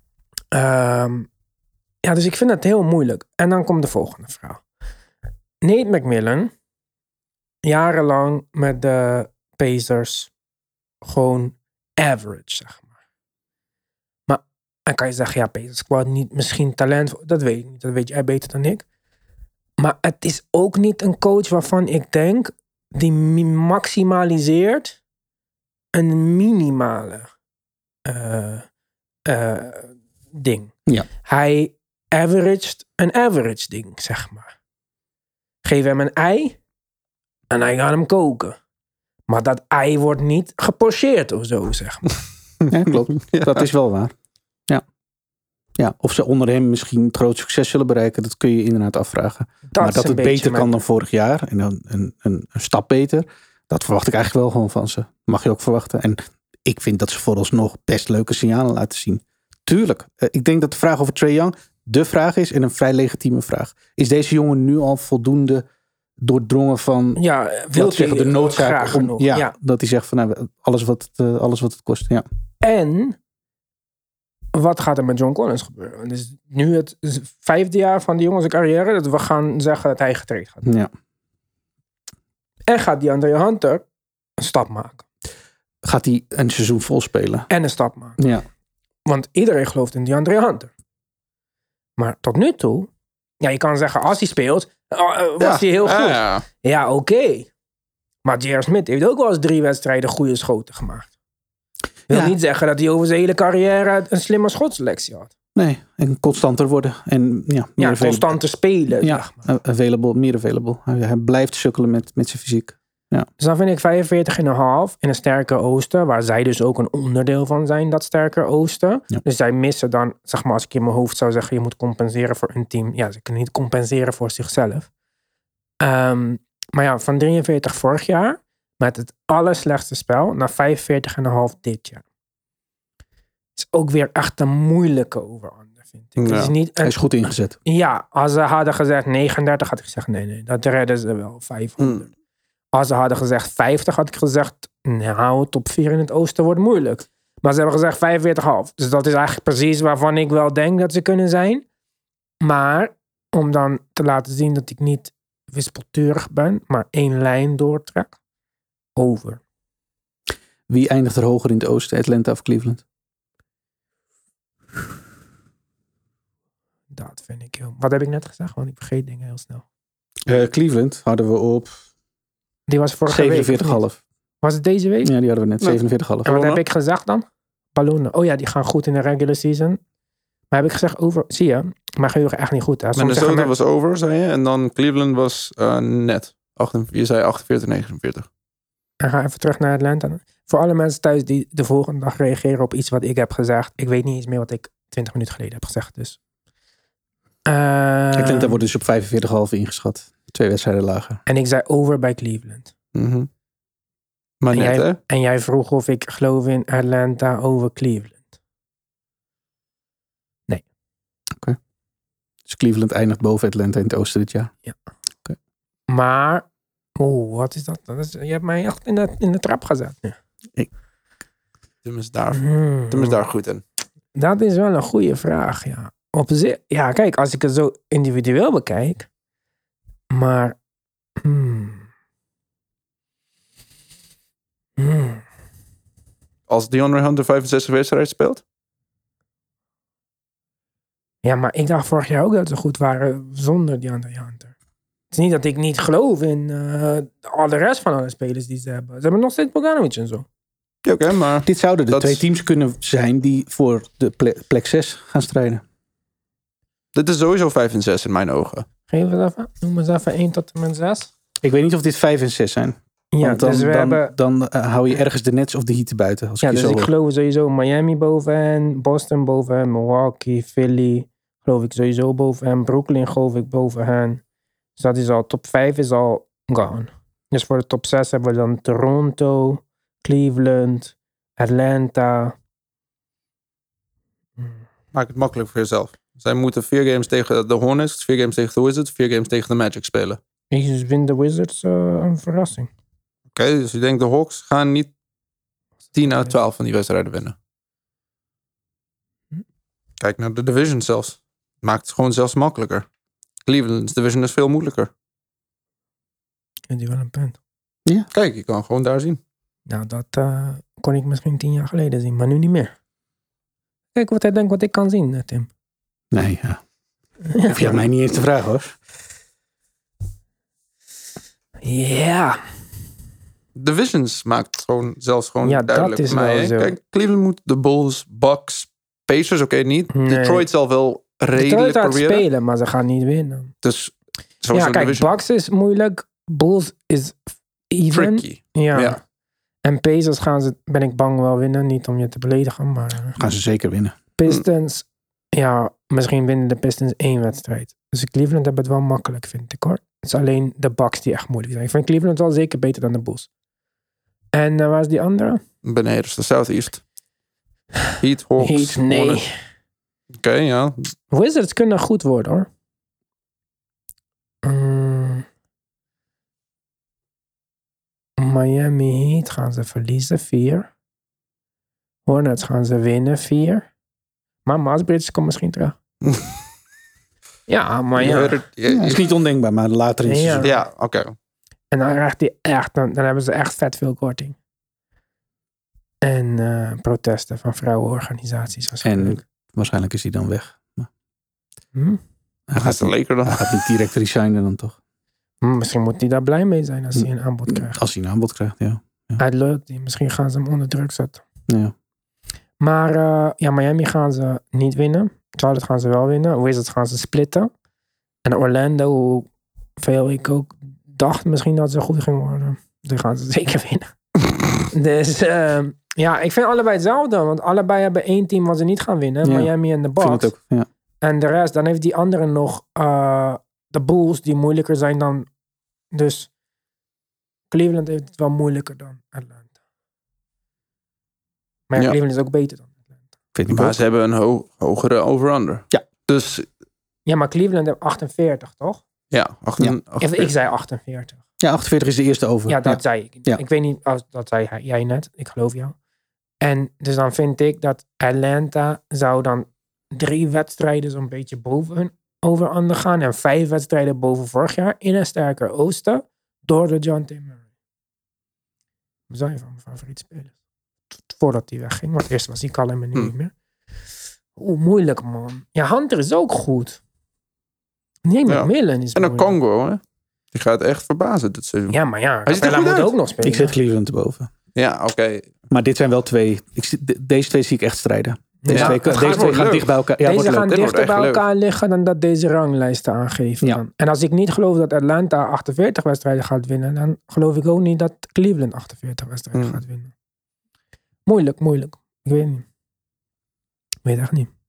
dus ik vind het heel moeilijk. En dan komt de volgende vraag. Nate McMillan, jarenlang met de Pacers gewoon average, zeg maar. Maar dan kan je zeggen, ja, Pacers squad niet misschien talent. Dat weet ik niet. Dat weet jij beter dan ik. Maar het is ook niet een coach waarvan ik denk die maximaliseert een minimale ding. Ja. Hij averaged een average ding, zeg maar. Geef hem een ei en hij gaat hem koken. Maar dat ei wordt niet gepocheerd of zo, zeg maar. Ja, klopt. Ja. Dat is wel waar. Ja, of ze onder hem misschien het groot succes zullen bereiken, dat kun je inderdaad afvragen. Maar dat het beter kan dan vorig jaar en dan een stap beter, dat verwacht ik eigenlijk wel gewoon van ze. Mag je ook verwachten. En ik vind dat ze vooralsnog best leuke signalen laten zien. Tuurlijk. Ik denk dat de vraag over Trae Young de vraag is en een vrij legitieme vraag. Is deze jongen nu al voldoende doordrongen van wil zeggen, de noodzaak om dat hij zegt van nou, alles wat het kost. Ja. En wat gaat er met John Collins gebeuren? Dus nu het 5e jaar van die jongens carrière dat we gaan zeggen dat hij getraind gaat. Ja. En gaat DeAndre Hunter een stap maken? Gaat hij een seizoen vol spelen? En een stap maken. Ja. Want iedereen gelooft in DeAndre Hunter. Maar tot nu toe, je kan zeggen als hij speelt, was hij heel goed. Ja, oké. Maar J.R. Smith heeft ook wel eens 3 wedstrijden goede schoten gemaakt. Wil niet zeggen dat hij over zijn hele carrière een slimme schotselectie had. Nee, en constanter worden. En meer constanter spelen. Ja, zeg maar. Meer available. Hij blijft sukkelen met zijn fysiek. Ja. Dus dan vind ik 45,5 in een sterke oosten, waar zij dus ook een onderdeel van zijn, dat sterke oosten. Ja. Dus zij missen dan, zeg maar, als ik in mijn hoofd zou zeggen, je moet compenseren voor een team. Ja, ze kunnen niet compenseren voor zichzelf. Maar ja, van 43 vorig jaar, met het allerslechtste spel, naar 45,5 dit jaar. Is ook weer echt een moeilijke over-under, vind ik. Ja. Hij is goed ingezet. Ja, als ze hadden gezegd 39, had ik gezegd nee, dat redden ze wel 500. Als ze hadden gezegd 50, had ik gezegd, nou, top 4 in het oosten wordt moeilijk. Maar ze hebben gezegd 45,5. Dus dat is eigenlijk precies waarvan ik wel denk dat ze kunnen zijn. Maar om dan te laten zien dat ik niet wispelturig ben, maar 1 lijn doortrek, over. Wie eindigt er hoger in het oosten, Atlanta of Cleveland? Dat vind ik heel... Wat heb ik net gezegd? Want ik vergeet dingen heel snel. Cleveland hadden we op... Die was vorige 47,5. Was het deze week? Ja, die hadden we net. 47,5. En wat heb ik gezegd dan? Ballonnen. Oh ja, die gaan goed in de regular season. Maar heb ik gezegd over... Zie je, mijn geheugen echt niet goed. Hè? Minnesota was over, zei je. En dan Cleveland was net. Je zei 48, 49. En ga even terug naar Atlanta. Voor alle mensen thuis die de volgende dag reageren op iets wat ik heb gezegd. Ik weet niet eens meer wat ik 20 minuten geleden heb gezegd. Dus. Atlanta wordt dus op 45,5 ingeschat. 2 wedstrijden lager. En ik zei over bij Cleveland. Mm-hmm. Maar net, hè? En jij vroeg of ik geloof in Atlanta over Cleveland. Nee. Oké. Dus Cleveland eindigt boven Atlanta in het oosten dit jaar. Ja. Okay. Maar, wat is dat? Je hebt mij echt in de trap gezet. Ja. Tim is daar goed in. Dat is wel een goede vraag, ja. Ja, kijk, als ik het zo individueel bekijk. Maar... Als DeAndre Hunter 65 wedstrijden speelt? Ja, maar ik dacht vorig jaar ook dat ze goed waren zonder DeAndre Hunter. Het is niet dat ik niet geloof in al de rest van alle spelers die ze hebben. Ze hebben nog steeds Bogdanovic en zo. Ja, oké, maar... Dit zouden de 2 teams kunnen zijn die voor de plek 6 gaan strijden. Dit is sowieso 5 en 6 in mijn ogen. Geef het even. Noem eens even 1 tot en met 6. Ik weet niet of dit 5 en 6 zijn. Ja, Want dan, dus we hebben... dan hou je ergens de Nets of de Heat buiten. Als Ja, ik je dus zo ik hoor. geloof sowieso Miami boven hen, Boston boven hen, Milwaukee, Philly, geloof ik sowieso boven hen, Brooklyn geloof ik boven hen. Dus dat is al, top 5 is al gone. Dus voor de top 6 hebben we dan Toronto, Cleveland, Atlanta. Maak het makkelijk voor jezelf. Zij moeten 4 games tegen de Hornets, 4 games tegen de Wizards, 4 games tegen de Magic spelen. Ik vind de Wizards een verrassing. Oké, dus je denkt de Hawks gaan niet 10 uit 12 van die wedstrijden winnen. Kijk naar de division zelfs. Maakt het gewoon zelfs makkelijker. Cleveland's division is veel moeilijker. Vind je wel een punt. Kijk, je kan gewoon daar zien. Nou, dat kon ik misschien 10 jaar geleden zien, maar nu niet meer. Kijk wat hij denkt wat ik kan zien, Tim. Nee, ja. Hoef je mij niet eens te vragen, hoor. Ja. Divisions maakt gewoon zelfs gewoon Ja, dat duidelijk is voor mij. wel Hè? zo. Kijk, Cleveland moet de Bulls, Bucks, Pacers, oké, niet. Nee. Detroit zal wel redelijk Detroit gaat proberen. spelen, maar ze gaan niet winnen. Dus sowieso Ja, kijk, division Bucks is moeilijk. Bulls is even. tricky. Ja. Ja. En Pacers gaan ze, ben ik bang, wel winnen. Niet om je te beledigen, maar Gaan ze zeker winnen. Pistons, ja, misschien winnen de Pistons 1 wedstrijd. Dus Cleveland hebben het wel makkelijk, vind ik hoor. Het is alleen de Bucks die echt moeilijk zijn. Ik vind Cleveland wel zeker beter dan de Bulls. En waar is die andere? Beneden is de Southeast. Heat, Hawks, Heat, nee. Hornets. Oké, ja. Wizards kunnen goed worden hoor. Miami Heat gaan ze verliezen 4. Hornets gaan ze winnen 4. Maar Masbridge komt misschien terug. Ja, maar Je ja. hoort het- Ja, is niet ondenkbaar, maar later in het Ja. seizoen. Ja, oké. En dan krijgt hij echt, dan hebben ze echt vet veel korting. En protesten van vrouwenorganisaties waarschijnlijk. En waarschijnlijk is hij dan weg. Maar Hm? hij Gaat de Laker dan? gaat niet direct resignen dan toch. Misschien moet hij daar blij mee zijn als hij een aanbod krijgt. Als hij een aanbod krijgt, ja. Uit loyalty. Misschien gaan ze hem onder druk zetten. Ja. Maar ja, Miami gaan ze niet winnen. Charlotte gaan ze wel winnen. Wizards gaan ze splitten. En Orlando, hoeveel ik ook dacht misschien dat ze goed ging worden. Die gaan ze zeker winnen. Dus ja, ik vind allebei hetzelfde. Want allebei hebben 1 team wat ze niet gaan winnen. Ja. Miami en de Ik vind Bucks. het ook, ja. En de rest, dan heeft die andere nog de Bulls die moeilijker zijn dan... Dus Cleveland heeft het wel moeilijker dan Atlanta. Maar ja, Ja. Cleveland is ook beter dan Atlanta. Vind ik Maar ook. ze hebben een hogere over-under. Ja. Dus Ja, maar Cleveland heeft 48, toch? ja, 48. Ik zei 48. Ja, 48 is de eerste over. Ja, dat zei ik. Ja. Ik weet niet, dat zei jij net. Ik geloof jou. En dus dan vind ik dat Atlanta zou dan 3 wedstrijden zo'n beetje boven hun over-under gaan. En 5 wedstrijden boven vorig jaar in een sterker oosten. Door de John T. Murray. Dat is een van mijn favoriete spelers. Voordat hij wegging. Want eerst was hij kalm en nu niet meer. Oeh, moeilijk man. Ja, Hunter is ook goed. Nee, maar Ja. Millen is En een moeilijk. Congo, hè? Die gaat echt verbazen dit seizoen. Ja, maar ja. Hij ziet er Capella goed moet uit. ook nog spelen. Ik zet Cleveland erboven. Ja, oké. Maar dit zijn wel 2. Deze 2 zie ik echt strijden. Deze Ja, 2 het gaat deze 2 worden gaan leuk. dicht bij elkaar. Ja, Deze wordt leuk. gaan Dit wordt dichter bij echt leuk. elkaar liggen dan dat deze ranglijsten aangeven. Ja. Dan. En als ik niet geloof dat Atlanta 48 wedstrijden gaat winnen, dan geloof ik ook niet dat Cleveland 48 wedstrijden gaat winnen. Moeilijk. Ik weet het niet. Ik weet echt niet.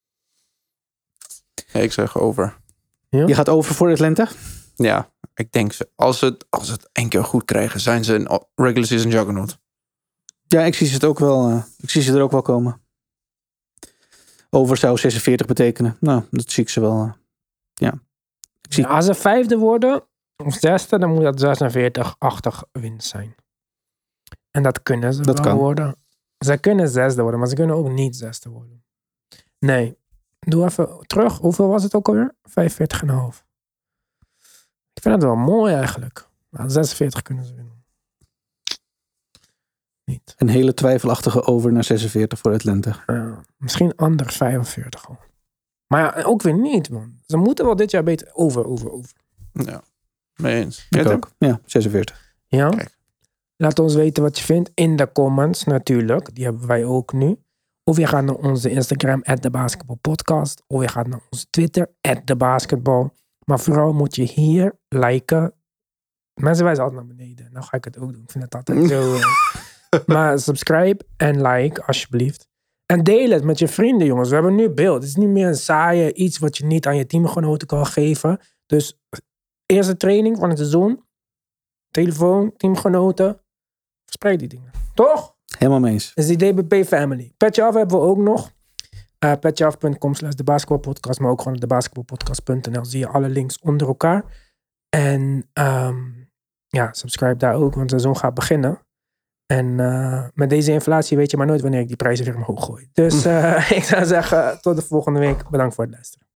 Ja, ik zeg over. Je gaat over voor Atlanta? Ja, ik denk als ze het 1 keer goed krijgen, zijn ze een regular season juggernaut. Ja, ik zie ze het ook wel. Ik zie ze er ook wel komen. Over zou 46 betekenen. Nou, dat zie ik ze wel. Ja. Ik zie... Ja, als ze 5e worden, of 6e, dan moet dat 46-achtig winst zijn. En dat kunnen ze Dat wel kan. worden. Ze kunnen 6e worden, maar ze kunnen ook niet 6e worden. Nee. Doe even terug. Hoeveel was het ook alweer? 45,5. Ik vind het wel mooi eigenlijk. Maar 46 kunnen ze winnen. Niet. Een hele twijfelachtige over naar 46 voor Atlanta. Misschien under 45 al. Maar ja, ook weer niet, man. Ze moeten wel dit jaar beter over. Ja. Mee eens. Ik ook. Ja, 46. Ja? Kijk. Laat ons weten wat je vindt in de comments natuurlijk. Die hebben wij ook nu. Of je gaat naar onze Instagram @thebasketballpodcast. Of je gaat naar onze Twitter @thebasketball. Maar vooral moet je hier liken. Mensen wijzen altijd naar beneden. Nou ga ik het ook doen. Ik vind het altijd zo. Maar subscribe en like alsjeblieft. En deel het met je vrienden, jongens. We hebben nu beeld. Het is niet meer een saaie iets wat je niet aan je teamgenoten kan geven. Dus eerste training van het seizoen. Telefoon, teamgenoten. Verspreid die dingen. Toch? Helemaal mee eens. Dat is die DBP Family. Petje Af hebben we ook nog. Petjeaf.com/thebasketballpodcast. Maar ook gewoon thebasketballpodcast.nl. Zie je alle links onder elkaar. En subscribe daar ook. Want het seizoen gaat beginnen. En met deze inflatie weet je maar nooit wanneer ik die prijzen weer omhoog gooi. Dus ik zou zeggen, tot de volgende week. Bedankt voor het luisteren.